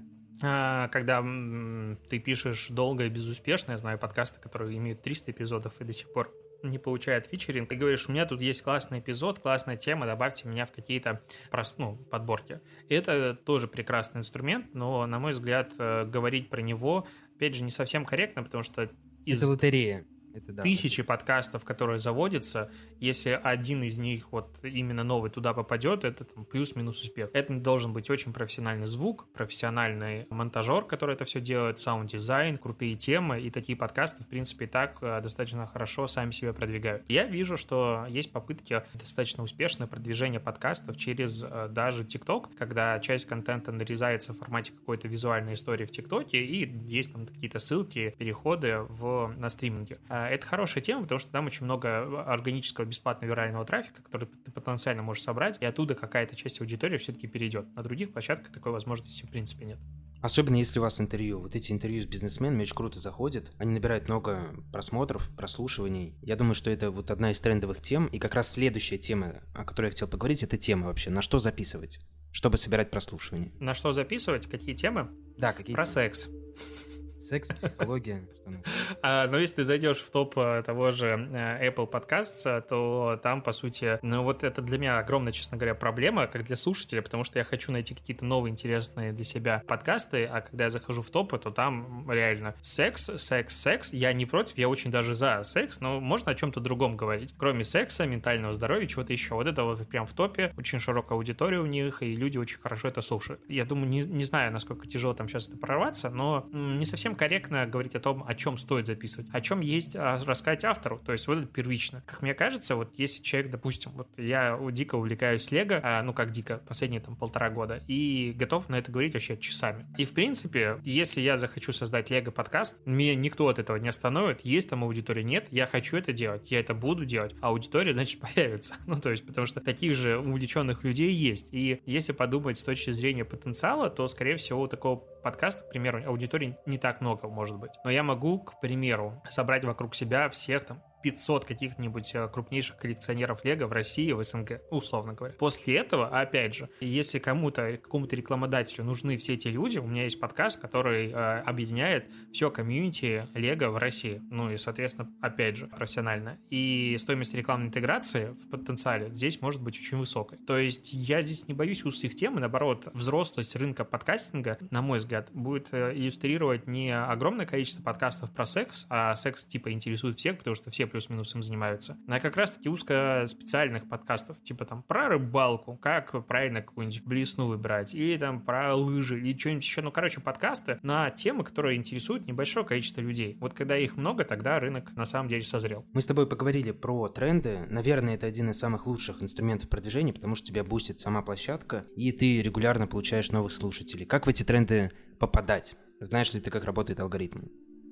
Когда м, ты пишешь долго и безуспешно, я знаю подкасты, которые имеют триста эпизодов и до сих пор не получает фичеринг, ты говоришь, у меня тут есть классный эпизод, классная тема, добавьте меня в какие-то ну, подборки. И это тоже прекрасный инструмент, но, на мой взгляд, говорить про него, опять же, не совсем корректно, потому что... Из... Это лотерея. Это да. Тысячи подкастов, которые заводятся, если один из них вот именно новый туда попадет, это там, плюс-минус успех. Это должен быть очень профессиональный звук, профессиональный монтажер, который это все делает, саунд-дизайн, крутые темы, и такие подкасты, в принципе, и так достаточно хорошо сами себя продвигают. Я вижу, что есть попытки достаточно успешное продвижение подкастов через даже TikTok, когда часть контента нарезается в формате какой-то визуальной истории в ТикТоке, и есть там какие-то ссылки, переходы в, на стриминге. Это хорошая тема, потому что там очень много органического бесплатного вирального трафика, который ты потенциально можешь собрать, и оттуда какая-то часть аудитории все-таки перейдет. На других площадках такой возможности в принципе нет. Особенно если у вас интервью. Вот эти интервью с бизнесменами очень круто заходят. Они набирают много просмотров, прослушиваний. Я думаю, что это вот одна из трендовых тем. И как раз следующая тема, о которой я хотел поговорить, это тема вообще. На что записывать, чтобы собирать прослушивание? На что записывать? Какие темы? Да, какие Про темы? секс. Секс, психология. Что у нас? А, но если ты зайдешь в топ того же Apple Podcasts, то там, по сути, ну вот это для меня огромная, честно говоря, проблема, как для слушателя, потому что я хочу найти какие-то новые, интересные для себя подкасты, а когда я захожу в топы, то там реально секс, секс, секс. Я не против, я очень даже за секс, но можно о чем-то другом говорить. Кроме секса, ментального здоровья, чего-то еще. Вот это вот прям в топе, очень широкая аудитория у них, и люди очень хорошо это слушают. Я думаю, не, не знаю, насколько тяжело там сейчас это прорваться, но не совсем корректно говорить о том, о чем стоит записывать, о чем есть рассказать автору, то есть вот это первично. Как мне кажется, вот если человек, допустим, вот я дико увлекаюсь Лего, а, ну как дико, последние там полтора года, и готов на это говорить вообще часами. И в принципе, если я захочу создать Лего-подкаст, меня никто от этого не остановит, есть там аудитория, нет, я хочу это делать, я это буду делать, а аудитория, значит, появится. Ну то есть, потому что таких же увлеченных людей есть, и если подумать с точки зрения потенциала, то, скорее всего, у такого подкаста, к примеру, аудитории не так много может быть. Но я могу, к примеру, собрать вокруг себя всех там пятьсот каких-нибудь крупнейших коллекционеров Лего в России, в СНГ, условно говоря. После этого, опять же, если кому-то, какому-то рекламодателю нужны все эти люди, у меня есть подкаст, который э, объединяет все комьюнити Лего в России. Ну и, соответственно, опять же, профессионально. И стоимость рекламной интеграции в потенциале здесь может быть очень высокой. То есть я здесь не боюсь узких тем, и наоборот, взрослость рынка подкастинга, на мой взгляд, будет иллюстрировать не огромное количество подкастов про секс, а секс типа интересует всех, потому что все плюс-минус им занимаются, а как раз-таки узкоспециальных подкастов, типа там про рыбалку, как правильно какую-нибудь блесну выбрать, или там про лыжи, или что-нибудь еще. Ну, короче, подкасты на темы, которые интересуют небольшое количество людей. Вот когда их много, тогда рынок на самом деле созрел. Мы с тобой поговорили про тренды. Наверное, это один из самых лучших инструментов продвижения, потому что тебя бустит сама площадка, и ты регулярно получаешь новых слушателей. Как в эти тренды попадать? Знаешь ли ты, как работает алгоритм?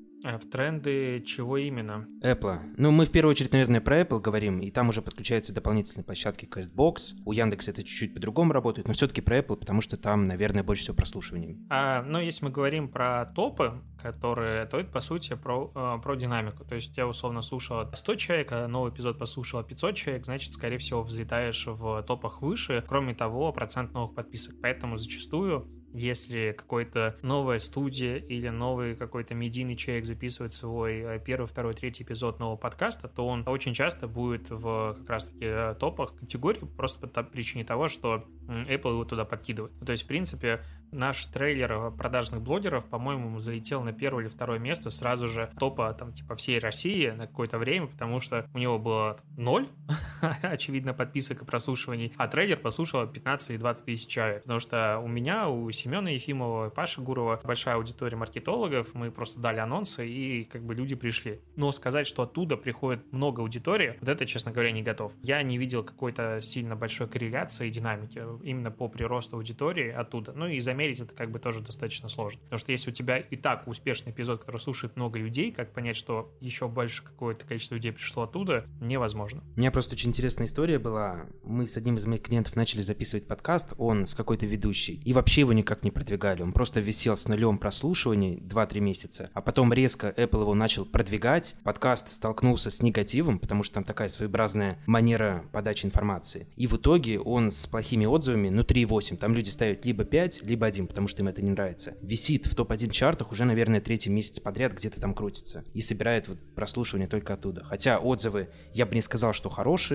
В тренды чего именно? Apple. Ну, мы в первую очередь, наверное, про Apple говорим, и там уже подключаются дополнительные площадки CastBox. У Яндекса это чуть-чуть по-другому работает, но все-таки про Apple, потому что там, наверное, больше всего прослушиваний. А, ну, если мы говорим про топы, которые, то это, по сути, про, про динамику. То есть я, условно, слушал сто человек, а новый эпизод послушал пятьсот человек, значит, скорее всего, взлетаешь в топах выше. Кроме того, процент новых подписок. Поэтому зачастую если какой-то новая студия или новый какой-то медийный человек записывает свой первый, второй, третий эпизод нового подкаста, то он очень часто будет в как раз-таки топах категории просто по причине того, что Apple его туда подкидывает. То есть, в принципе, наш трейлер продажных блогеров, по-моему, залетел на первое или второе место сразу же топа там типа всей России на какое-то время, потому что у него было ноль, очевидно, подписок и прослушиваний, а трейлер послушало пятнадцать и двадцать тысяч человек. Потому что у меня, у Семена Ефимова, Паши Гурова большая аудитория маркетологов, мы просто дали анонсы, и как бы люди пришли. Но сказать, что оттуда приходит много аудитории, вот это, честно говоря, не готов. Я не видел какой-то сильно большой корреляции и динамики именно по приросту аудитории оттуда. Ну и замерить это как бы тоже достаточно сложно. Потому что если у тебя и так успешный эпизод, который слушает много людей, как понять, что еще больше какое-то количество людей пришло оттуда, невозможно. У меня просто очень интересная история была. Мы с одним из моих клиентов начали записывать подкаст, он с какой-то ведущей, и вообще его никак не продвигали. Он просто висел с нулем прослушиваний два-три месяца, а потом резко Apple его начал продвигать. Подкаст столкнулся с негативом, потому что там такая своеобразная манера подачи информации. И в итоге он с плохими отзывами, ну три и восемь, там люди ставят либо пять, либо один, потому что им это не нравится. Висит в топ один чартах уже, наверное, третий месяц подряд, где-то там крутится. И собирает вот прослушивание только оттуда. Хотя отзывы, я бы не сказал, что хорошие,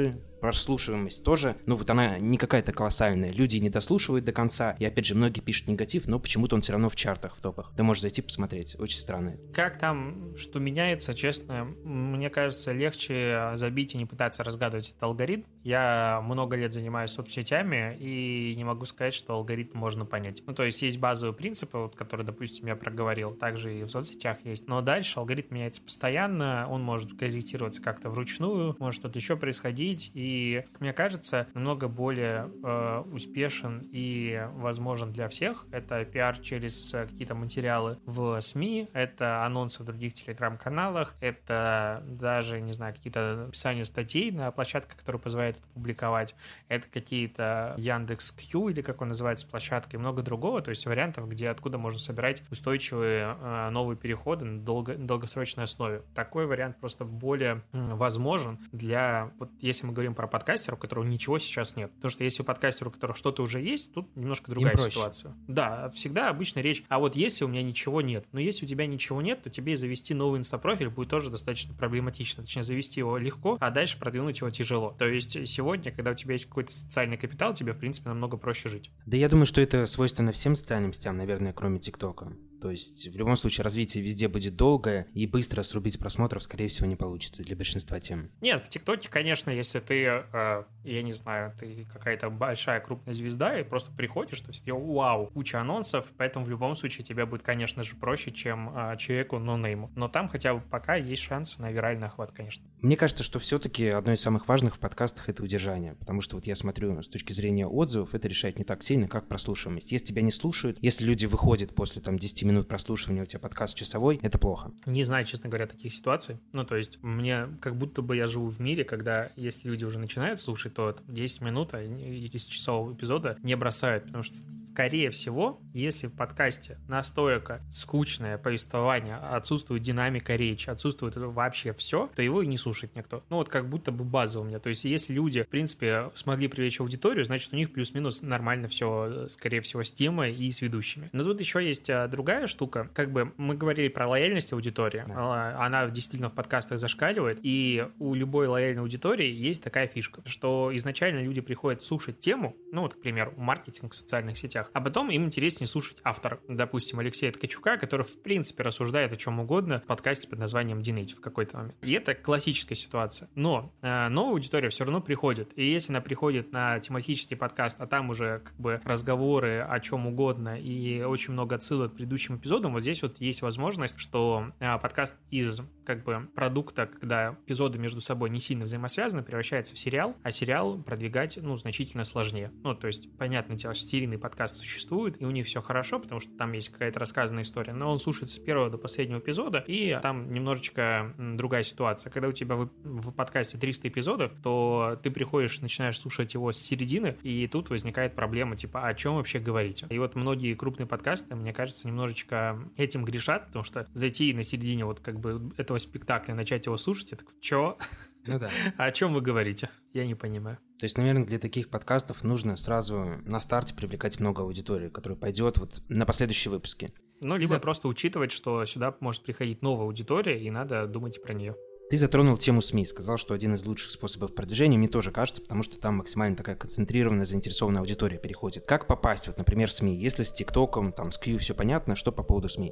тоже, прослушиваемость тоже, ну вот она не какая-то колоссальная. Люди не дослушивают до конца, и опять же, многие пишут негатив, но почему-то он все равно в чартах, в топах. Ты можешь зайти посмотреть, очень странно. Как там, что меняется, честно, мне кажется, легче забить и не пытаться разгадывать этот алгоритм. Я много лет занимаюсь соцсетями, и не могу сказать, что алгоритм можно понять. Ну, то есть есть базовые принципы, вот, которые, допустим, я проговорил, также и в соцсетях есть, но дальше алгоритм меняется постоянно, он может корректироваться как-то вручную, может что-то еще происходить, и И, как мне кажется, намного более э, успешен и возможен для всех. Это пиар через какие-то материалы в СМИ, это анонсы в других телеграм-каналах, это даже, не знаю, какие-то написания статей на площадках, которые позволяют это публиковать, это какие-то Яндекс.Кью, или как он называется, площадка, и много другого, то есть вариантов, где откуда можно собирать устойчивые э, новые переходы на долго, долгосрочной основе. Такой вариант просто более э, возможен для, вот если мы говорим про подкастера, у которого ничего сейчас нет. Потому что если у подкастера, у которого что-то уже есть, тут немножко другая ситуация. Да, всегда обычно речь, а вот если у меня ничего нет, но если у тебя ничего нет, то тебе завести новый инстапрофиль будет тоже достаточно проблематично. Точнее, завести его легко, а дальше продвинуть его тяжело. То есть сегодня, когда у тебя есть какой-то социальный капитал, тебе, в принципе, намного проще жить. Да я думаю, что это свойственно всем социальным сетям, наверное, кроме ТикТока. То есть в любом случае развитие везде будет долгое, и быстро срубить просмотров, скорее всего, не получится для большинства тем. Нет, в ТикТоке, конечно, если ты, э, я не знаю, ты какая-то большая крупная звезда, и просто приходишь, то есть, вау, куча анонсов, поэтому в любом случае тебе будет, конечно же, проще, чем э, человеку нонейму. Но там хотя бы пока есть шанс на виральный охват, конечно. Мне кажется, что все-таки одно из самых важных в подкастах — это удержание, потому что вот я смотрю с точки зрения отзывов, это решает не так сильно, как прослушиваемость. Если тебя не слушают, если люди выходят после там десять минут прослушивания, у тебя подкаст часовой, это плохо. Не знаю, честно говоря, таких ситуаций. Ну, то есть мне как будто бы я живу в мире, когда если люди уже начинают слушать, то десять минут десятичасового эпизода не бросают, потому что, скорее всего, если в подкасте настолько скучное повествование, отсутствует динамика речи, отсутствует вообще все, то его и не слушает никто. Ну, вот как будто бы базово у меня. То есть если люди, в принципе, смогли привлечь аудиторию, значит, у них плюс-минус нормально все, скорее всего, с темой и с ведущими. Но тут еще есть другая штука. Как бы мы говорили про лояльность аудитории. Да. Она действительно в подкастах зашкаливает, и у любой лояльной аудитории есть такая фишка, что изначально люди приходят слушать тему, ну, вот, к примеру, маркетинг в социальных сетях, а потом им интереснее слушать автора. Допустим, Алексея Ткачука, который, в принципе, рассуждает о чем угодно в подкасте под названием Динейти в какой-то момент. И это классическая ситуация. Но э, новая аудитория все равно приходит. И если она приходит на тематический подкаст, а там уже как бы разговоры о чем угодно и очень много отсылок к предыдущим эпизодам, вот здесь вот есть возможность, что э, подкаст из как бы продукта, когда эпизоды между собой не сильно взаимосвязаны, превращается в сериал, а сериал продвигать, ну, значительно сложнее. Ну, то есть, понятное дело, что серийный подкаст существует, и у них все хорошо, потому что там есть какая-то рассказанная история, но он слушается с первого до последнего эпизода, и там немножечко другая ситуация. Когда у тебя в, в подкасте триста эпизодов, то ты приходишь, начинаешь слушать его с середины, и тут возникает проблема, типа, о чем вообще говорить? И вот многие крупные подкасты, мне кажется, немножечко этим грешат, потому что зайти на середине вот как бы этого спектакля, начать его слушать, я такой, чё? Ну да. О чем вы говорите? Я не понимаю. То есть, наверное, для таких подкастов нужно сразу на старте привлекать много аудитории, которая пойдет вот на последующие выпуски. Ну, либо За... просто учитывать, что сюда может приходить новая аудитория, и надо думать про нее. Ты затронул тему СМИ, сказал, что один из лучших способов продвижения, мне тоже кажется, потому что там максимально такая концентрированная, заинтересованная аудитория переходит. Как попасть, вот, например, в СМИ? Если с ТикТоком, там, с Кью все понятно, что по поводу СМИ?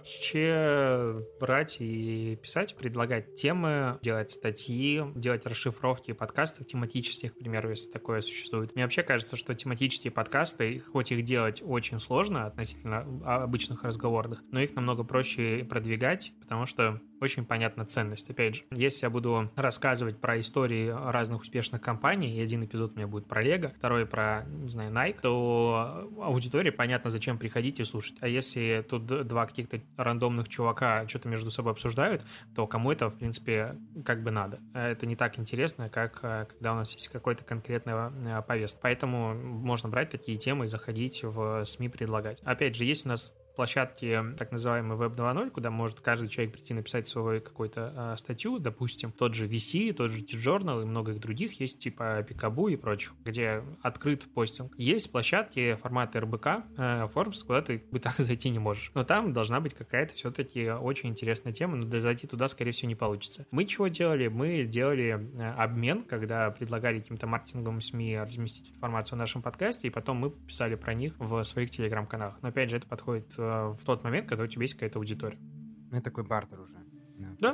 Вообще брать и писать, предлагать темы, делать статьи, делать расшифровки подкастов тематических, к примеру, если такое существует. Мне вообще кажется, что тематические подкасты, хоть их делать очень сложно относительно обычных разговорных, но их намного проще продвигать, потому что очень понятна ценность. Опять же, если я буду рассказывать про истории разных успешных компаний, и один эпизод у меня будет про Lego, второй про, не знаю, Nike, то аудитории понятно, зачем приходить и слушать. А если тут два каких-то рандомных чувака что-то между собой обсуждают, то кому это, в принципе, как бы надо. Это не так интересно, как когда у нас есть какой-то конкретный повестка. Поэтому можно брать такие темы и заходить в СМИ, предлагать. Опять же, есть у нас площадки, так называемый веб два ноль, куда может каждый человек прийти написать свою какую-то а, статью, допустим, тот же ви си, тот же T-Journal и много других есть, типа Пикабу и прочих, где открыт постинг. Есть площадки формата эр бэ ка, э, Forbes, куда ты бы так зайти не можешь. Но там должна быть какая-то все-таки очень интересная тема, но зайти туда, скорее всего, не получится. Мы чего делали? Мы делали обмен, когда предлагали каким-то маркетинговым СМИ разместить информацию о нашем подкасте, и потом мы писали про них в своих телеграм-каналах. Но опять же, это подходит в тот момент, когда у тебя есть какая-то аудитория. Ну, это такой бартер уже. Да.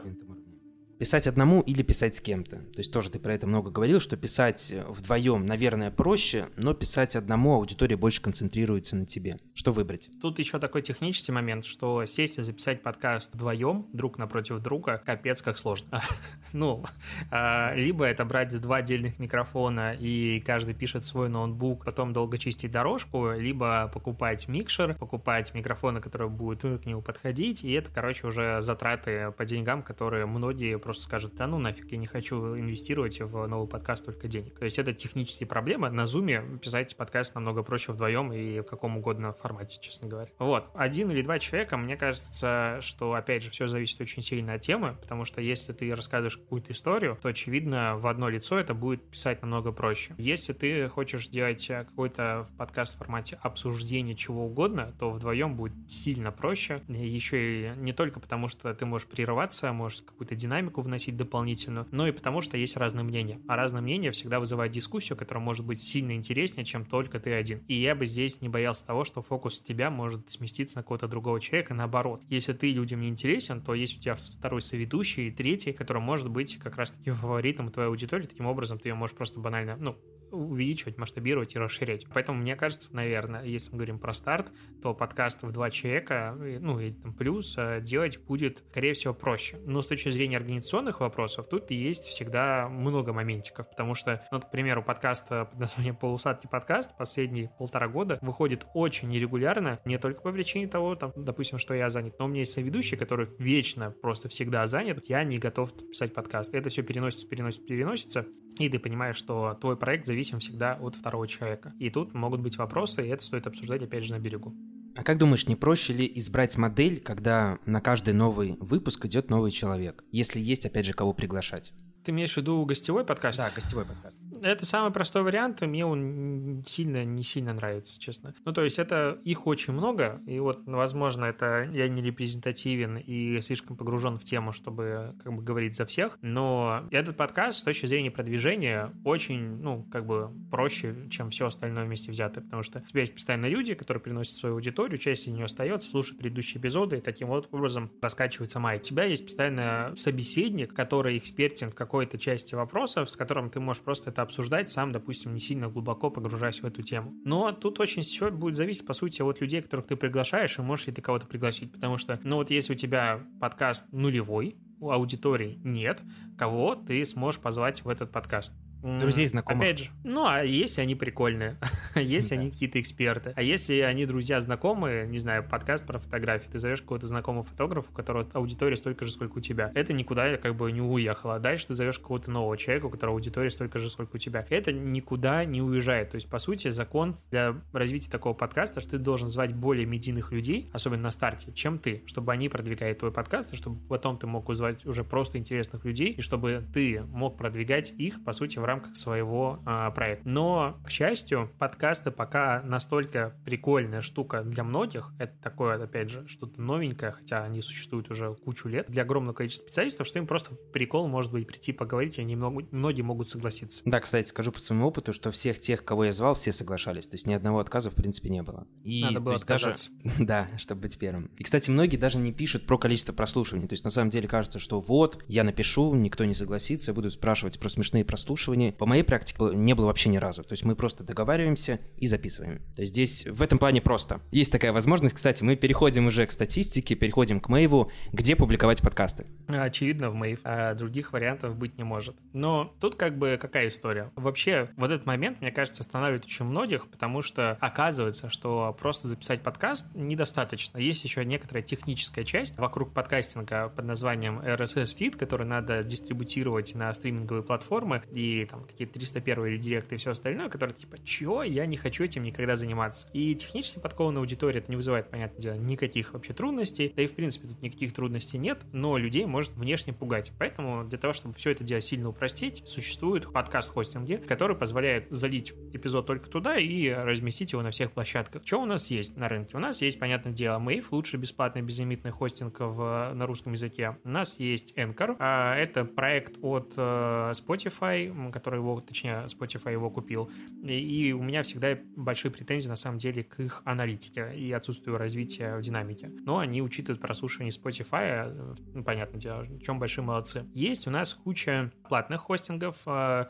Писать одному или писать с кем-то. То есть тоже ты про это много говорил, что писать вдвоем, наверное, проще, но писать одному аудитория больше концентрируется на тебе. Что выбрать? Тут еще такой технический момент, что сесть и записать подкаст вдвоем, друг напротив друга, капец как сложно. Ну, либо это брать два отдельных микрофона и каждый пишет свой ноутбук, потом долго чистить дорожку, либо покупать микшер, покупать микрофоны, которые будут к нему подходить, и это, короче, уже затраты по деньгам, которые многие просто скажут: да ну нафиг, я не хочу инвестировать в новый подкаст только денег. То есть это технические проблемы. На Zoom писать подкаст намного проще вдвоем и в каком угодно формате, честно говоря. Вот. Один или два человека, мне кажется, что, опять же, все зависит очень сильно от темы, потому что если ты рассказываешь какую-то историю, то, очевидно, в одно лицо это будет писать намного проще. Если ты хочешь делать какой-то подкаст в формате обсуждения чего угодно, то вдвоем будет сильно проще. Еще и не только потому, что ты можешь прерываться, можешь какую-то динамику вносить дополнительную, но и потому, что есть разные мнения. А разные мнения всегда вызывают дискуссию, которая может быть сильно интереснее, чем только ты один. И я бы здесь не боялся того, что фокус тебя может сместиться на какого-то другого человека, наоборот. Если ты людям не интересен, то есть у тебя второй соведущий, третий, который может быть как раз-таки фаворитом твоей аудитории. Таким образом, ты ее можешь просто банально, ну, увеличивать, масштабировать и расширять. Поэтому, мне кажется, наверное, если мы говорим про старт, то подкаст в два человека, ну, и там плюс, делать будет, скорее всего, проще. Но с точки зрения организационных вопросов, тут есть всегда много моментиков, потому что, ну, к примеру, подкаст под названием «Полусладкий подкаст» последние полтора года выходит очень нерегулярно, не только по причине того, там, допустим, что я занят, но у меня есть соведущий, который вечно просто всегда занят, я не готов писать подкаст. Это все переносится, переносится, переносится, и ты понимаешь, что твой проект зависим всегда от второго человека. И тут могут быть вопросы, и это стоит обсуждать, опять же, на берегу. А как думаешь, не проще ли избрать модель, когда на каждый новый выпуск идет новый человек, если есть, опять же, кого приглашать? Ты имеешь в виду гостевой подкаст? Да, гостевой подкаст. Это самый простой вариант, и мне он сильно, не сильно нравится, честно. Ну, то есть это их очень много, и вот, возможно, это я не репрезентативен и слишком погружен в тему, чтобы, как бы, говорить за всех, но этот подкаст с точки зрения продвижения очень, ну, как бы проще, чем все остальное вместе взятое, потому что у тебя есть постоянно люди, которые приносят свою аудиторию, часть из нее остается, слушает предыдущие эпизоды, и таким вот образом раскачивается майк. У тебя есть постоянно собеседник, который экспертен в какой какой-то части вопросов, с которым ты можешь просто это обсуждать, сам, допустим, не сильно глубоко погружаясь в эту тему. Но тут очень все будет зависеть, по сути, от людей, которых ты приглашаешь, и можешь ли ты кого-то пригласить. Потому что, ну вот если у тебя подкаст нулевой, у аудитории нет, кого ты сможешь позвать в этот подкаст? Друзей, знакомых. Опять же, ну, а если они прикольные, если они какие-то эксперты, а если они друзья, знакомые, не знаю, подкаст про фотографии, ты зовешь какого-то знакомого фотографа, у которого аудитория столько же, сколько у тебя, это никуда как бы не уехало. А дальше ты зовешь какого-то нового человека, у которого аудитория столько же, сколько у тебя. Это никуда не уезжает. То есть, по сути, закон для развития такого подкаста, что ты должен звать более медийных людей, особенно на старте, чем ты, чтобы они продвигали твой подкаст, и чтобы потом ты мог узвать уже просто интересных людей, и чтобы ты мог продвигать их, по сути, в рамках своего а, проекта. Но, к счастью, подкасты пока настолько прикольная штука для многих, это такое, опять же, что-то новенькое, хотя они существуют уже кучу лет, для огромного количества специалистов, что им просто прикол может быть прийти поговорить, и они много, многие могут согласиться. Да, кстати, скажу по своему опыту, что всех тех, кого я звал, все соглашались, то есть ни одного отказа в принципе не было. И, Надо было отказаться. Даже, да, чтобы быть первым. И, кстати, многие даже не пишут про количество прослушиваний, то есть на самом деле кажется, что вот, я напишу, никто не согласится, буду спрашивать про смешные прослушивания. По моей практике не было вообще ни разу. То есть мы просто договариваемся и записываем. То есть здесь в этом плане просто. Есть такая возможность. Кстати, мы переходим уже к статистике, переходим к Мэйву, где публиковать подкасты. Очевидно, в Мэйв. А других вариантов быть не может. Но тут как бы какая история? Вообще, вот этот момент, мне кажется, останавливает очень многих, потому что оказывается, что просто записать подкаст недостаточно. Есть еще некоторая техническая часть вокруг подкастинга под названием эр эс эс-фид, который надо дистрибутировать на стриминговые платформы, и там какие-то триста первые редиректы и все остальное, которые типа, чё, я не хочу этим никогда заниматься. И технически подкованная аудитория это не вызывает, понятное дело, никаких вообще трудностей, да и в принципе тут никаких трудностей нет, но людей может внешне пугать. Поэтому для того, чтобы все это дело сильно упростить, существуют подкаст-хостинги, которые позволяют залить эпизод только туда и разместить его на всех площадках. Что у нас есть на рынке? У нас есть, понятное дело, Mave, лучший бесплатный безлимитный хостинг в, на русском языке. У нас есть Anchor, а это проект от э, Spotify, который его, точнее, Spotify его купил. И, и у меня всегда большие претензии, на самом деле, к их аналитике и отсутствию развития в динамике. Но они учитывают прослушивание Spotify, ну, понятное дело, в чем большие молодцы. Есть у нас куча платных хостингов.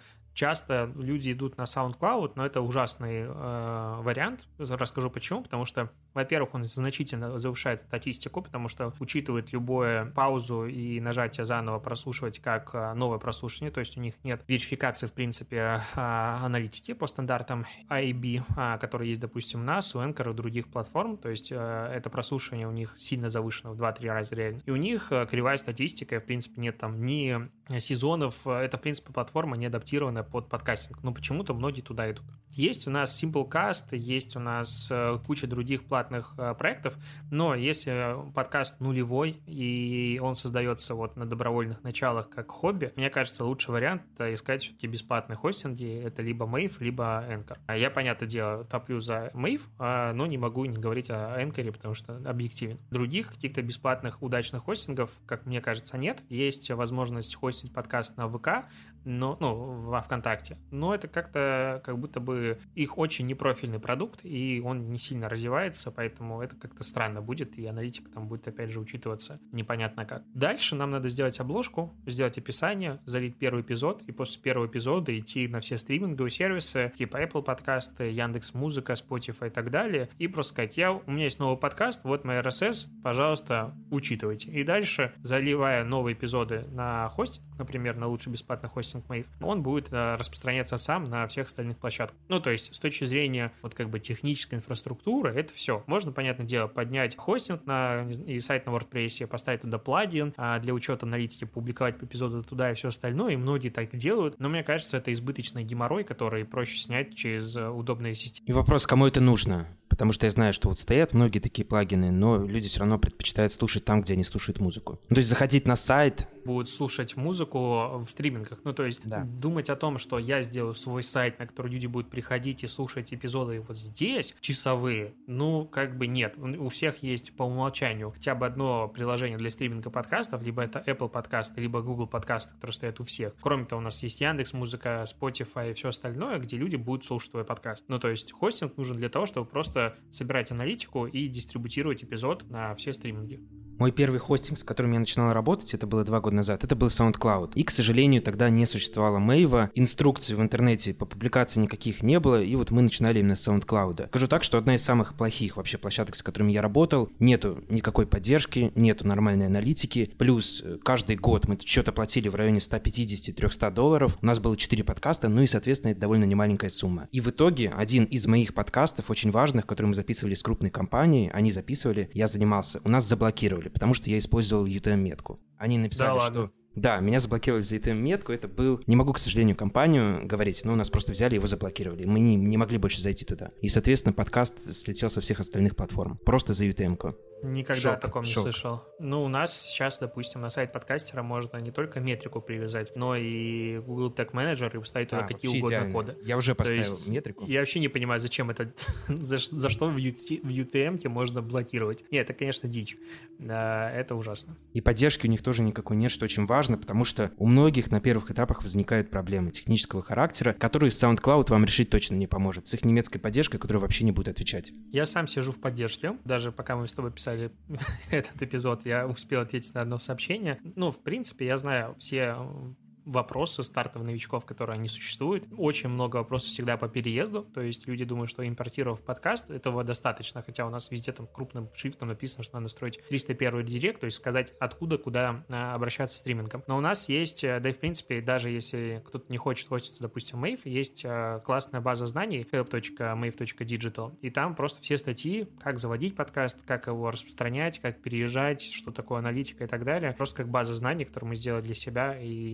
Часто люди идут на SoundCloud, но это ужасный э, вариант. Расскажу почему. Потому что, во-первых, он значительно завышает статистику, потому что учитывает любое паузу и нажатие заново прослушивать как новое прослушивание, то есть у них нет верификации, в принципе, аналитики по стандартам ай би, которые есть, допустим, у нас, у Anchor и у других платформ, то есть это прослушивание у них сильно завышено в два-три раза реально. И у них кривая статистика, и, в принципе, нет там ни сезонов, это, в принципе, платформа не адаптированная под подкастинг, но почему-то многие туда идут. Есть у нас Simplecast, есть у нас куча других платных проектов, но если подкаст нулевой и он создается вот на добровольных началах как хобби, мне кажется, лучший вариант искать все-таки бесплатные хостинги, это либо Mave, либо Anchor. Я, понятное дело, топлю за Mave, но не могу не говорить о Anchor, потому что объективен. Других каких-то бесплатных удачных хостингов, как мне кажется, нет. Есть возможность хостить подкаст на ВК, но, ну, во ВКонтакте, но это как-то как будто бы их очень непрофильный продукт, и он не сильно развивается, поэтому это как-то странно будет, и аналитика там будет опять же учитываться непонятно как. Дальше нам надо сделать обложку, сделать описание, залить первый эпизод, и после первого эпизода идти на все стриминговые сервисы, типа Apple подкасты, Яндекс.Музыка, Spotify и так далее, и просто сказать, я, у меня есть новый подкаст, вот мой эр эс эс, пожалуйста, учитывайте. И дальше, заливая новые эпизоды на хостинг, например, на лучший бесплатный хостинг Mave, он будет распространяться сам на всех остальных площадках. Ну, то есть, с точки зрения вот как бы технической инфраструктуры, это все. Можно, понятное дело, поднять хостинг на и сайт на WordPress, поставить туда плагин а для учета аналитики, публиковать по эпизоду туда и все остальное, и многие так делают, но мне кажется, это избыточный геморрой, который проще снять через удобные системы. И вопрос, кому это нужно? Потому что я знаю, что вот стоят многие такие плагины, но люди все равно предпочитают слушать там, где они слушают музыку. Ну, то есть заходить на сайт... Будут слушать музыку в стримингах. Ну, то есть да. Думать о том, что я сделаю свой сайт, на который люди будут приходить и слушать эпизоды вот здесь, часовые, ну, как бы нет. У всех есть по умолчанию хотя бы одно приложение для стриминга подкастов, либо это Apple подкасты, либо Google подкасты, которые стоят у всех. Кроме того, у нас есть Яндекс.Музыка, Spotify и все остальное, где люди будут слушать твой подкаст. Ну, то есть хостинг нужен для того, чтобы просто собирать аналитику и дистрибутировать эпизод на все стриминги. Мой первый хостинг, с которым я начинал работать, это было два года назад, это был SoundCloud. И, к сожалению, тогда не существовало Mave, инструкций в интернете по публикации никаких не было, и вот мы начинали именно с SoundCloud. Скажу так, что одна из самых плохих вообще площадок, с которыми я работал, нету никакой поддержки, нету нормальной аналитики, плюс каждый год мы что-то платили в районе сто пятьдесят - триста долларов, у нас было четыре подкаста, ну и, соответственно, это довольно немаленькая сумма. И в итоге один из моих подкастов, очень важных, которые мы записывали с крупной компанией, они записывали, я занимался, у нас заблокировали, потому что я использовал ю ти эм-метку. Они написали, да, что... Да, меня заблокировали за ю ти эм-метку, это был... Не могу, к сожалению, компанию говорить, но нас просто взяли и его заблокировали. Мы не, не могли больше зайти туда. И, соответственно, подкаст слетел со всех остальных платформ. Просто за ю ти эм-ку. Никогда шок, о таком не шок. слышал. Ну, у нас сейчас, допустим, на сайт подкастера можно не только метрику привязать, но и Google Tag Manager и поставить туда а, какие угодно идеально. Коды. Я уже поставил То есть, метрику. Я вообще не понимаю, зачем это, за, за что в ю ти эм-те можно блокировать. Нет, это, конечно, дичь. Да, это ужасно. И поддержки у них тоже никакой нет, что очень важно, потому что у многих на первых этапах возникают проблемы технического характера, которые SoundCloud вам решить точно не поможет. С их немецкой поддержкой, которая вообще не будет отвечать. Я сам сижу в поддержке. Даже пока мы с тобой писали этот эпизод, я успел ответить на одно сообщение. Ну, в принципе, я знаю все вопросы стартовых новичков, которые они существуют. Очень много вопросов всегда по переезду, то есть люди думают, что импортировав подкаст, этого достаточно, хотя у нас везде там крупным шрифтом написано, что надо строить триста первый редирект, то есть сказать, откуда, куда обращаться с стримингом. Но у нас есть, да и в принципе, даже если кто-то не хочет хоститься, допустим, Mave, есть классная база знаний help точка mave точка digital, и там просто все статьи, как заводить подкаст, как его распространять, как переезжать, что такое аналитика и так далее. Просто как база знаний, которую мы сделали для себя, и ей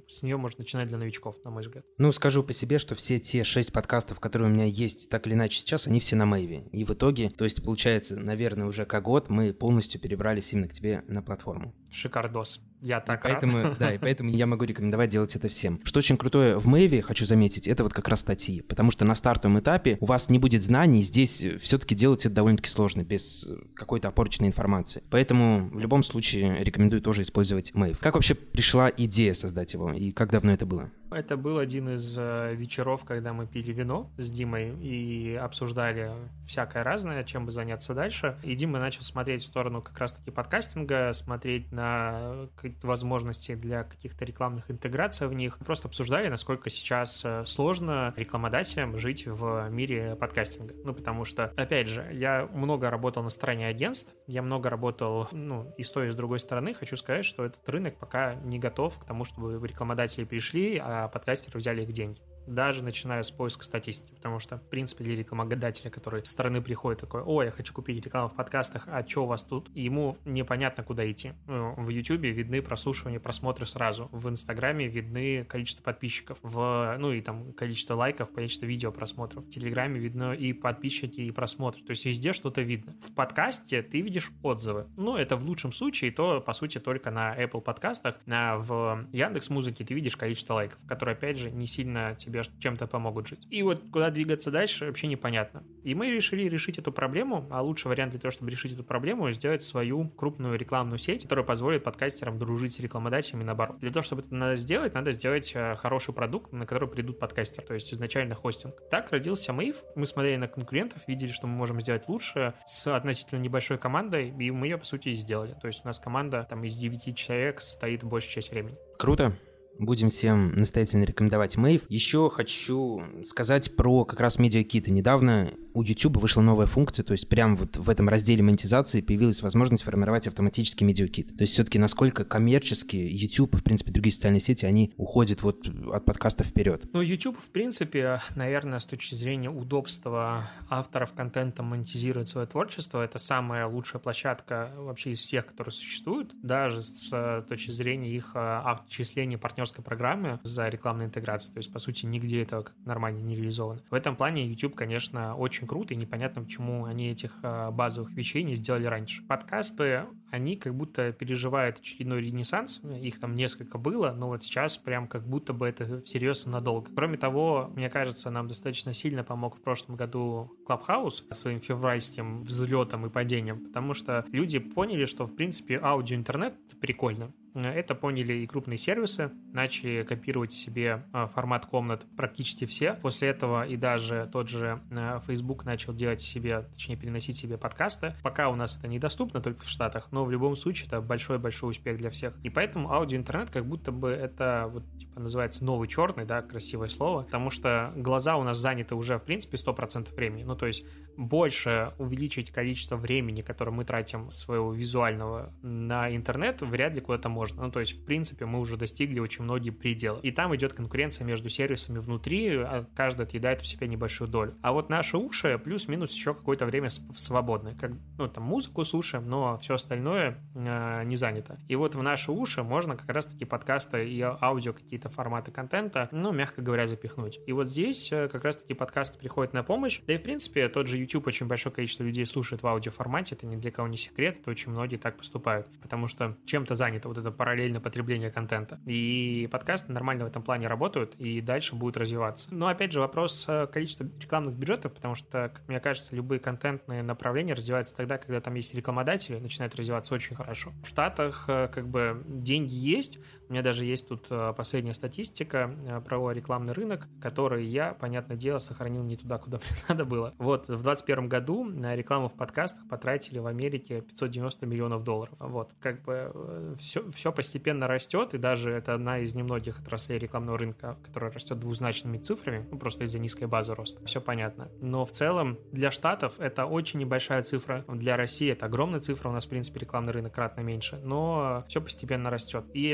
с нее можно начинать для новичков, на мой взгляд. Ну, скажу по себе, что все те шесть подкастов, которые у меня есть так или иначе сейчас, они все на Мэйве. И в итоге, то есть, получается, наверное, уже как год мы полностью перебрались именно к тебе на платформу. Шикардос. Я так и рад. Поэтому, да, и поэтому я могу рекомендовать делать это всем. Что очень крутое в Мэйве, хочу заметить, это вот как раз статьи. Потому что на стартовом этапе у вас не будет знаний, здесь все-таки делать это довольно-таки сложно, без какой-то опорочной информации. Поэтому в любом случае рекомендую тоже использовать Мэйв. Как вообще пришла идея создать его, и как давно это было? Это был один из вечеров, когда мы пили вино с Димой и обсуждали всякое разное, чем бы заняться дальше. И Дима начал смотреть в сторону как раз-таки подкастинга, смотреть на какие-то возможности для каких-то рекламных интеграций в них. Просто обсуждали, насколько сейчас сложно рекламодателям жить в мире подкастинга. Ну, потому что, опять же, я много работал на стороне агентств, я много работал, ну, и с той, и с другой стороны. Хочу сказать, что этот рынок пока не готов к тому, чтобы рекламодатели пришли, а подкастеры взяли их деньги. Даже начиная с поиска статистики, потому что, в принципе, для рекламодателя, который со стороны приходит такой: о, я хочу купить рекламу в подкастах, а что у вас тут? И ему непонятно, куда идти. Ну, в Ютубе видны прослушивания, просмотры сразу. В Инстаграме видны количество подписчиков. В, ну и там количество лайков, количество видео просмотров. В Телеграме видно и подписчики, и просмотры. То есть везде что-то видно. В подкасте ты видишь отзывы. Ну, это в лучшем случае, то, по сути, только на Apple подкастах. А в Яндекс.Музыке ты видишь количество лайков, которые, опять же, не сильно тебе чем-то помогут жить. И вот куда двигаться дальше, вообще непонятно. И мы решили решить эту проблему, а лучший вариант для того, чтобы решить эту проблему, сделать свою крупную рекламную сеть, которая позволит подкастерам дружить с рекламодателями наоборот. Для того, чтобы это надо сделать, надо сделать хороший продукт, на который придут подкастеры, то есть изначально хостинг. Так родился Мэйв. Мы смотрели на конкурентов, видели, что мы можем сделать лучше с относительно небольшой командой, и мы ее, по сути, и сделали. То есть у нас команда там из девяти человек состоит большую часть времени. Круто. Будем всем настоятельно рекомендовать Мэйв. Еще хочу сказать про как раз медиакиты. Недавно у YouTube вышла новая функция, то есть прямо вот в этом разделе монетизации появилась возможность формировать автоматический медиакит. То есть все-таки насколько коммерчески YouTube, в принципе, другие социальные сети, они уходят вот от подкаста вперед. Ну, YouTube, в принципе, наверное, с точки зрения удобства авторов контента монетизировать свое творчество, это самая лучшая площадка вообще из всех, которые существуют, даже с точки зрения их отчисления партнеров программы за рекламную интеграцию. То есть, по сути, нигде этого как нормально не реализовано. В этом плане YouTube, конечно, очень круто, и непонятно, почему они этих базовых вещей не сделали раньше. Подкасты, они как будто переживают очередной ренессанс. Их там несколько было, но вот сейчас прям как будто бы это всерьез и надолго. Кроме того, мне кажется, нам достаточно сильно помог в прошлом году Clubhouse своим февральским взлетом и падением, потому что люди поняли, что, в принципе, аудиоинтернет прикольно. Это поняли и крупные сервисы, начали копировать себе формат комнат практически все. После этого и даже тот же Facebook начал делать себе, точнее переносить себе подкасты. Пока у нас это недоступно только в Штатах, но в любом случае это большой-большой успех для всех. И поэтому аудиоинтернет как будто бы это вот типа называется новый черный, да, красивое слово, потому что глаза у нас заняты уже в принципе сто процентов времени. Ну то есть больше увеличить количество времени, которое мы тратим своего визуального на интернет, вряд ли куда-то можно. Ну, то есть, в принципе, мы уже достигли очень многие пределы. И там идет конкуренция между сервисами внутри, а каждый отъедает у себя небольшую долю. А вот наши уши плюс-минус еще какое-то время свободны. Как, ну, там музыку слушаем, но все остальное э, не занято. И вот в наши уши можно как раз-таки подкасты и аудио какие-то форматы контента, ну, мягко говоря, запихнуть. И вот здесь э, как раз-таки подкасты приходят на помощь. Да и, в принципе, тот же YouTube очень большое количество людей слушает в аудиоформате, это ни для кого не секрет, это очень многие так поступают, потому что чем-то занято вот это параллельное потребление контента. И подкасты нормально в этом плане работают и дальше будут развиваться. Но, опять же, вопрос количества рекламных бюджетов, потому что, как мне кажется, любые контентные направления развиваются тогда, когда там есть рекламодатели, начинают развиваться очень хорошо. В Штатах как бы деньги есть. У меня даже есть тут последняя статистика про рекламный рынок, который я, понятное дело, сохранил не туда, куда мне надо было. Вот, в двадцать первом году на рекламу в подкастах потратили в Америке пятьсот девяносто миллионов долларов. Вот, как бы все, все постепенно растет, и даже это одна из немногих отраслей рекламного рынка, которая растет двузначными цифрами, ну, просто из-за низкой базы роста. Все понятно. Но в целом для Штатов это очень небольшая цифра. Для России это огромная цифра. У нас, в принципе, рекламный рынок кратно меньше. Но все постепенно растет. И опять же, у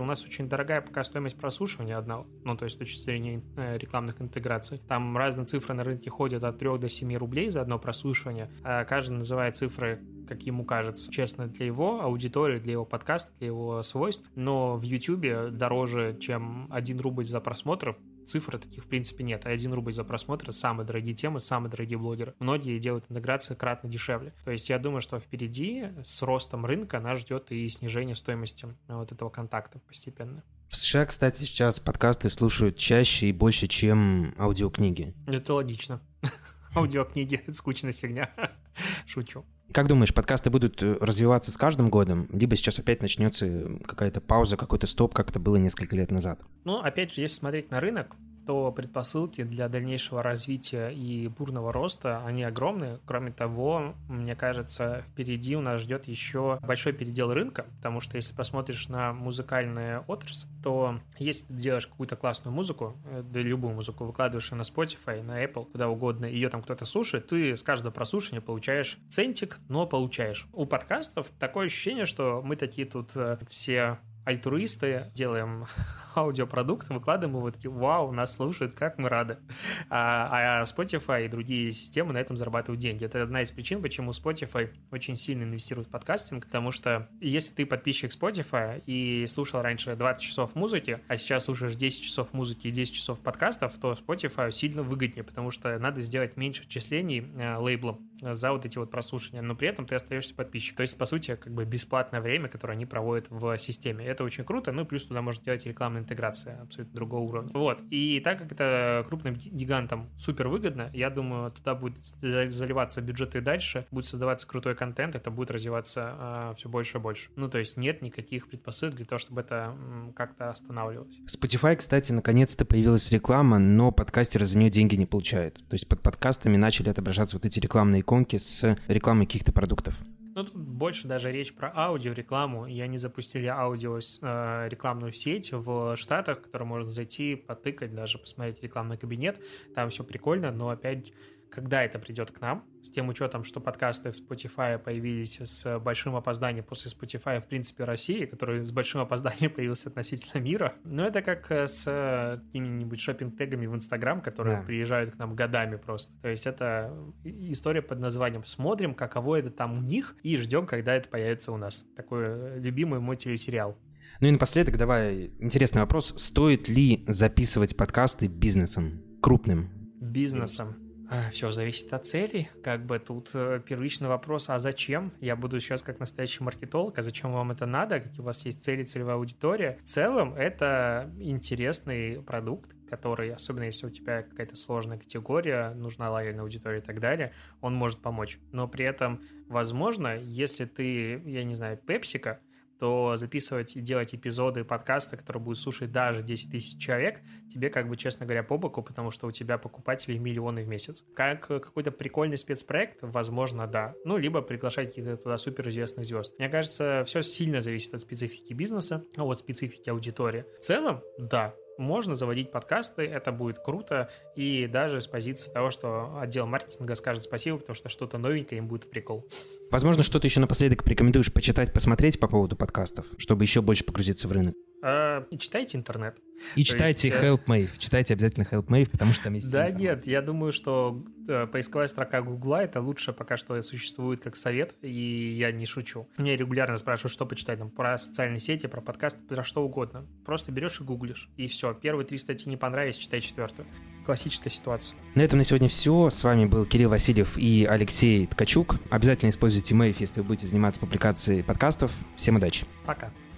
нас очень дорогая пока стоимость прослушивания одного, ну, то есть с точки зрения рекламных интеграций. Там разные цифры на рынке ходят от трёх до семи рублей за одно прослушивание, а каждый называет цифры, как ему кажется, честно, для его аудитории, для его подкаста, для его свойств. Но в YouTube дороже, чем один рубль за просмотров, цифр таких в принципе нет. А один рубль за просмотр — самые дорогие темы, самые дорогие блогеры. Многие делают интеграции кратно дешевле. То есть я думаю, что впереди с ростом рынка нас ждет и снижение стоимости вот этого контакта постепенно. В США, кстати, сейчас подкасты слушают чаще и больше, чем аудиокниги. Это логично. Аудиокниги — это скучная фигня. Шучу. Как думаешь, подкасты будут развиваться с каждым годом, либо сейчас опять начнется какая-то пауза, какой-то стоп, как это было несколько лет назад? Ну, опять же, если смотреть на рынок, то предпосылки для дальнейшего развития и бурного роста, они огромные. Кроме того, мне кажется, впереди у нас ждет еще большой передел рынка, потому что если посмотришь на музыкальную отрасль, то если ты делаешь какую-то классную музыку, да любую музыку, выкладываешь ее на Spotify, на Apple, куда угодно, ее там кто-то слушает, ты с каждого прослушивания получаешь центик, но получаешь. У подкастов такое ощущение, что мы такие тут все альтруисты, делаем аудиопродукт, выкладываем его, такие: вау, нас слушают, как мы рады. А, а Spotify и другие системы на этом зарабатывают деньги. Это одна из причин, почему Spotify очень сильно инвестирует в подкастинг, потому что если ты подписчик Spotify и слушал раньше двадцать часов музыки, а сейчас слушаешь десять часов музыки и десять часов подкастов, то Spotify сильно выгоднее, потому что надо сделать меньше отчислений э, лейблом за вот эти вот прослушивания, но при этом ты остаешься подписчиком. То есть, по сути, как бы бесплатное время, которое они проводят в системе. Это очень круто, ну и плюс туда можно делать рекламная интеграция абсолютно другого уровня. Вот. И так как это крупным гигантам супер выгодно, я думаю, туда будет заливаться бюджеты и дальше, будет создаваться крутой контент, это будет развиваться э, все больше и больше. Ну, то есть нет никаких предпосылок для того, чтобы это м, как-то останавливалось. Spotify, кстати, наконец-то появилась реклама, но подкастеры за нее деньги не получают. То есть под подкастами начали отображаться вот эти рекламные иконки с рекламой каких-то продуктов. Ну, тут больше даже речь про аудиорекламу, и они запустили аудио э, рекламную сеть в Штатах, в которую можно зайти, потыкать, даже посмотреть рекламный кабинет. Там все прикольно, но опять, когда это придет к нам, с тем учетом, что подкасты в Spotify появились с большим опозданием после Spotify, в принципе, России, который с большим опозданием появился относительно мира. Но это как с какими-нибудь шоппинг-тегами в Инстаграм, которые да. приезжают к нам годами просто. То есть это история под названием «Смотрим, каково это там у них, и ждем, когда это появится у нас». Такой любимый мой телесериал. Ну и напоследок давай интересный вопрос. Стоит ли записывать подкасты бизнесом, крупным? Бизнесом. Все зависит от целей. Как бы тут первичный вопрос: а зачем? Я буду сейчас как настоящий маркетолог, а зачем вам это надо? Какие у вас есть цели, целевая аудитория? В целом это интересный продукт, который, особенно если у тебя какая-то сложная категория, нужна лояльная аудитория и так далее, он может помочь. Но при этом, возможно, если ты, я не знаю, пепсика, то записывать и делать эпизоды подкаста, которые будут слушать даже десять тысяч человек, тебе, как бы, честно говоря, по боку, потому что у тебя покупателей миллионы в месяц. Как какой-то прикольный спецпроект, возможно, да. Ну, либо приглашать каких-то туда суперизвестных звезд. Мне кажется, все сильно зависит от специфики бизнеса, а вот специфики аудитории. В целом, да, можно заводить подкасты, это будет круто, и даже с позиции того, что отдел маркетинга скажет спасибо, потому что что-то новенькое им будет в прикол. Возможно, что-то еще напоследок порекомендуешь почитать, посмотреть по поводу подкастов, чтобы еще больше погрузиться в рынок. А, и читайте интернет. И То читайте есть... HelpMave. Читайте обязательно HelpMave, потому что там есть... Да нет, я думаю, что поисковая строка Гугла — это лучше пока что существует как совет, и я не шучу. Меня регулярно спрашивают, что почитать там про социальные сети, про подкасты, про что угодно. Просто берешь и гуглишь, и все. Первые три статьи не понравились, читай четвертую. Классическая ситуация. На этом на сегодня все. С вами был Кирилл Васильев и Алексей Ткачук. Обязательно используйте Mave, если вы будете заниматься публикацией подкастов. Всем удачи. Пока.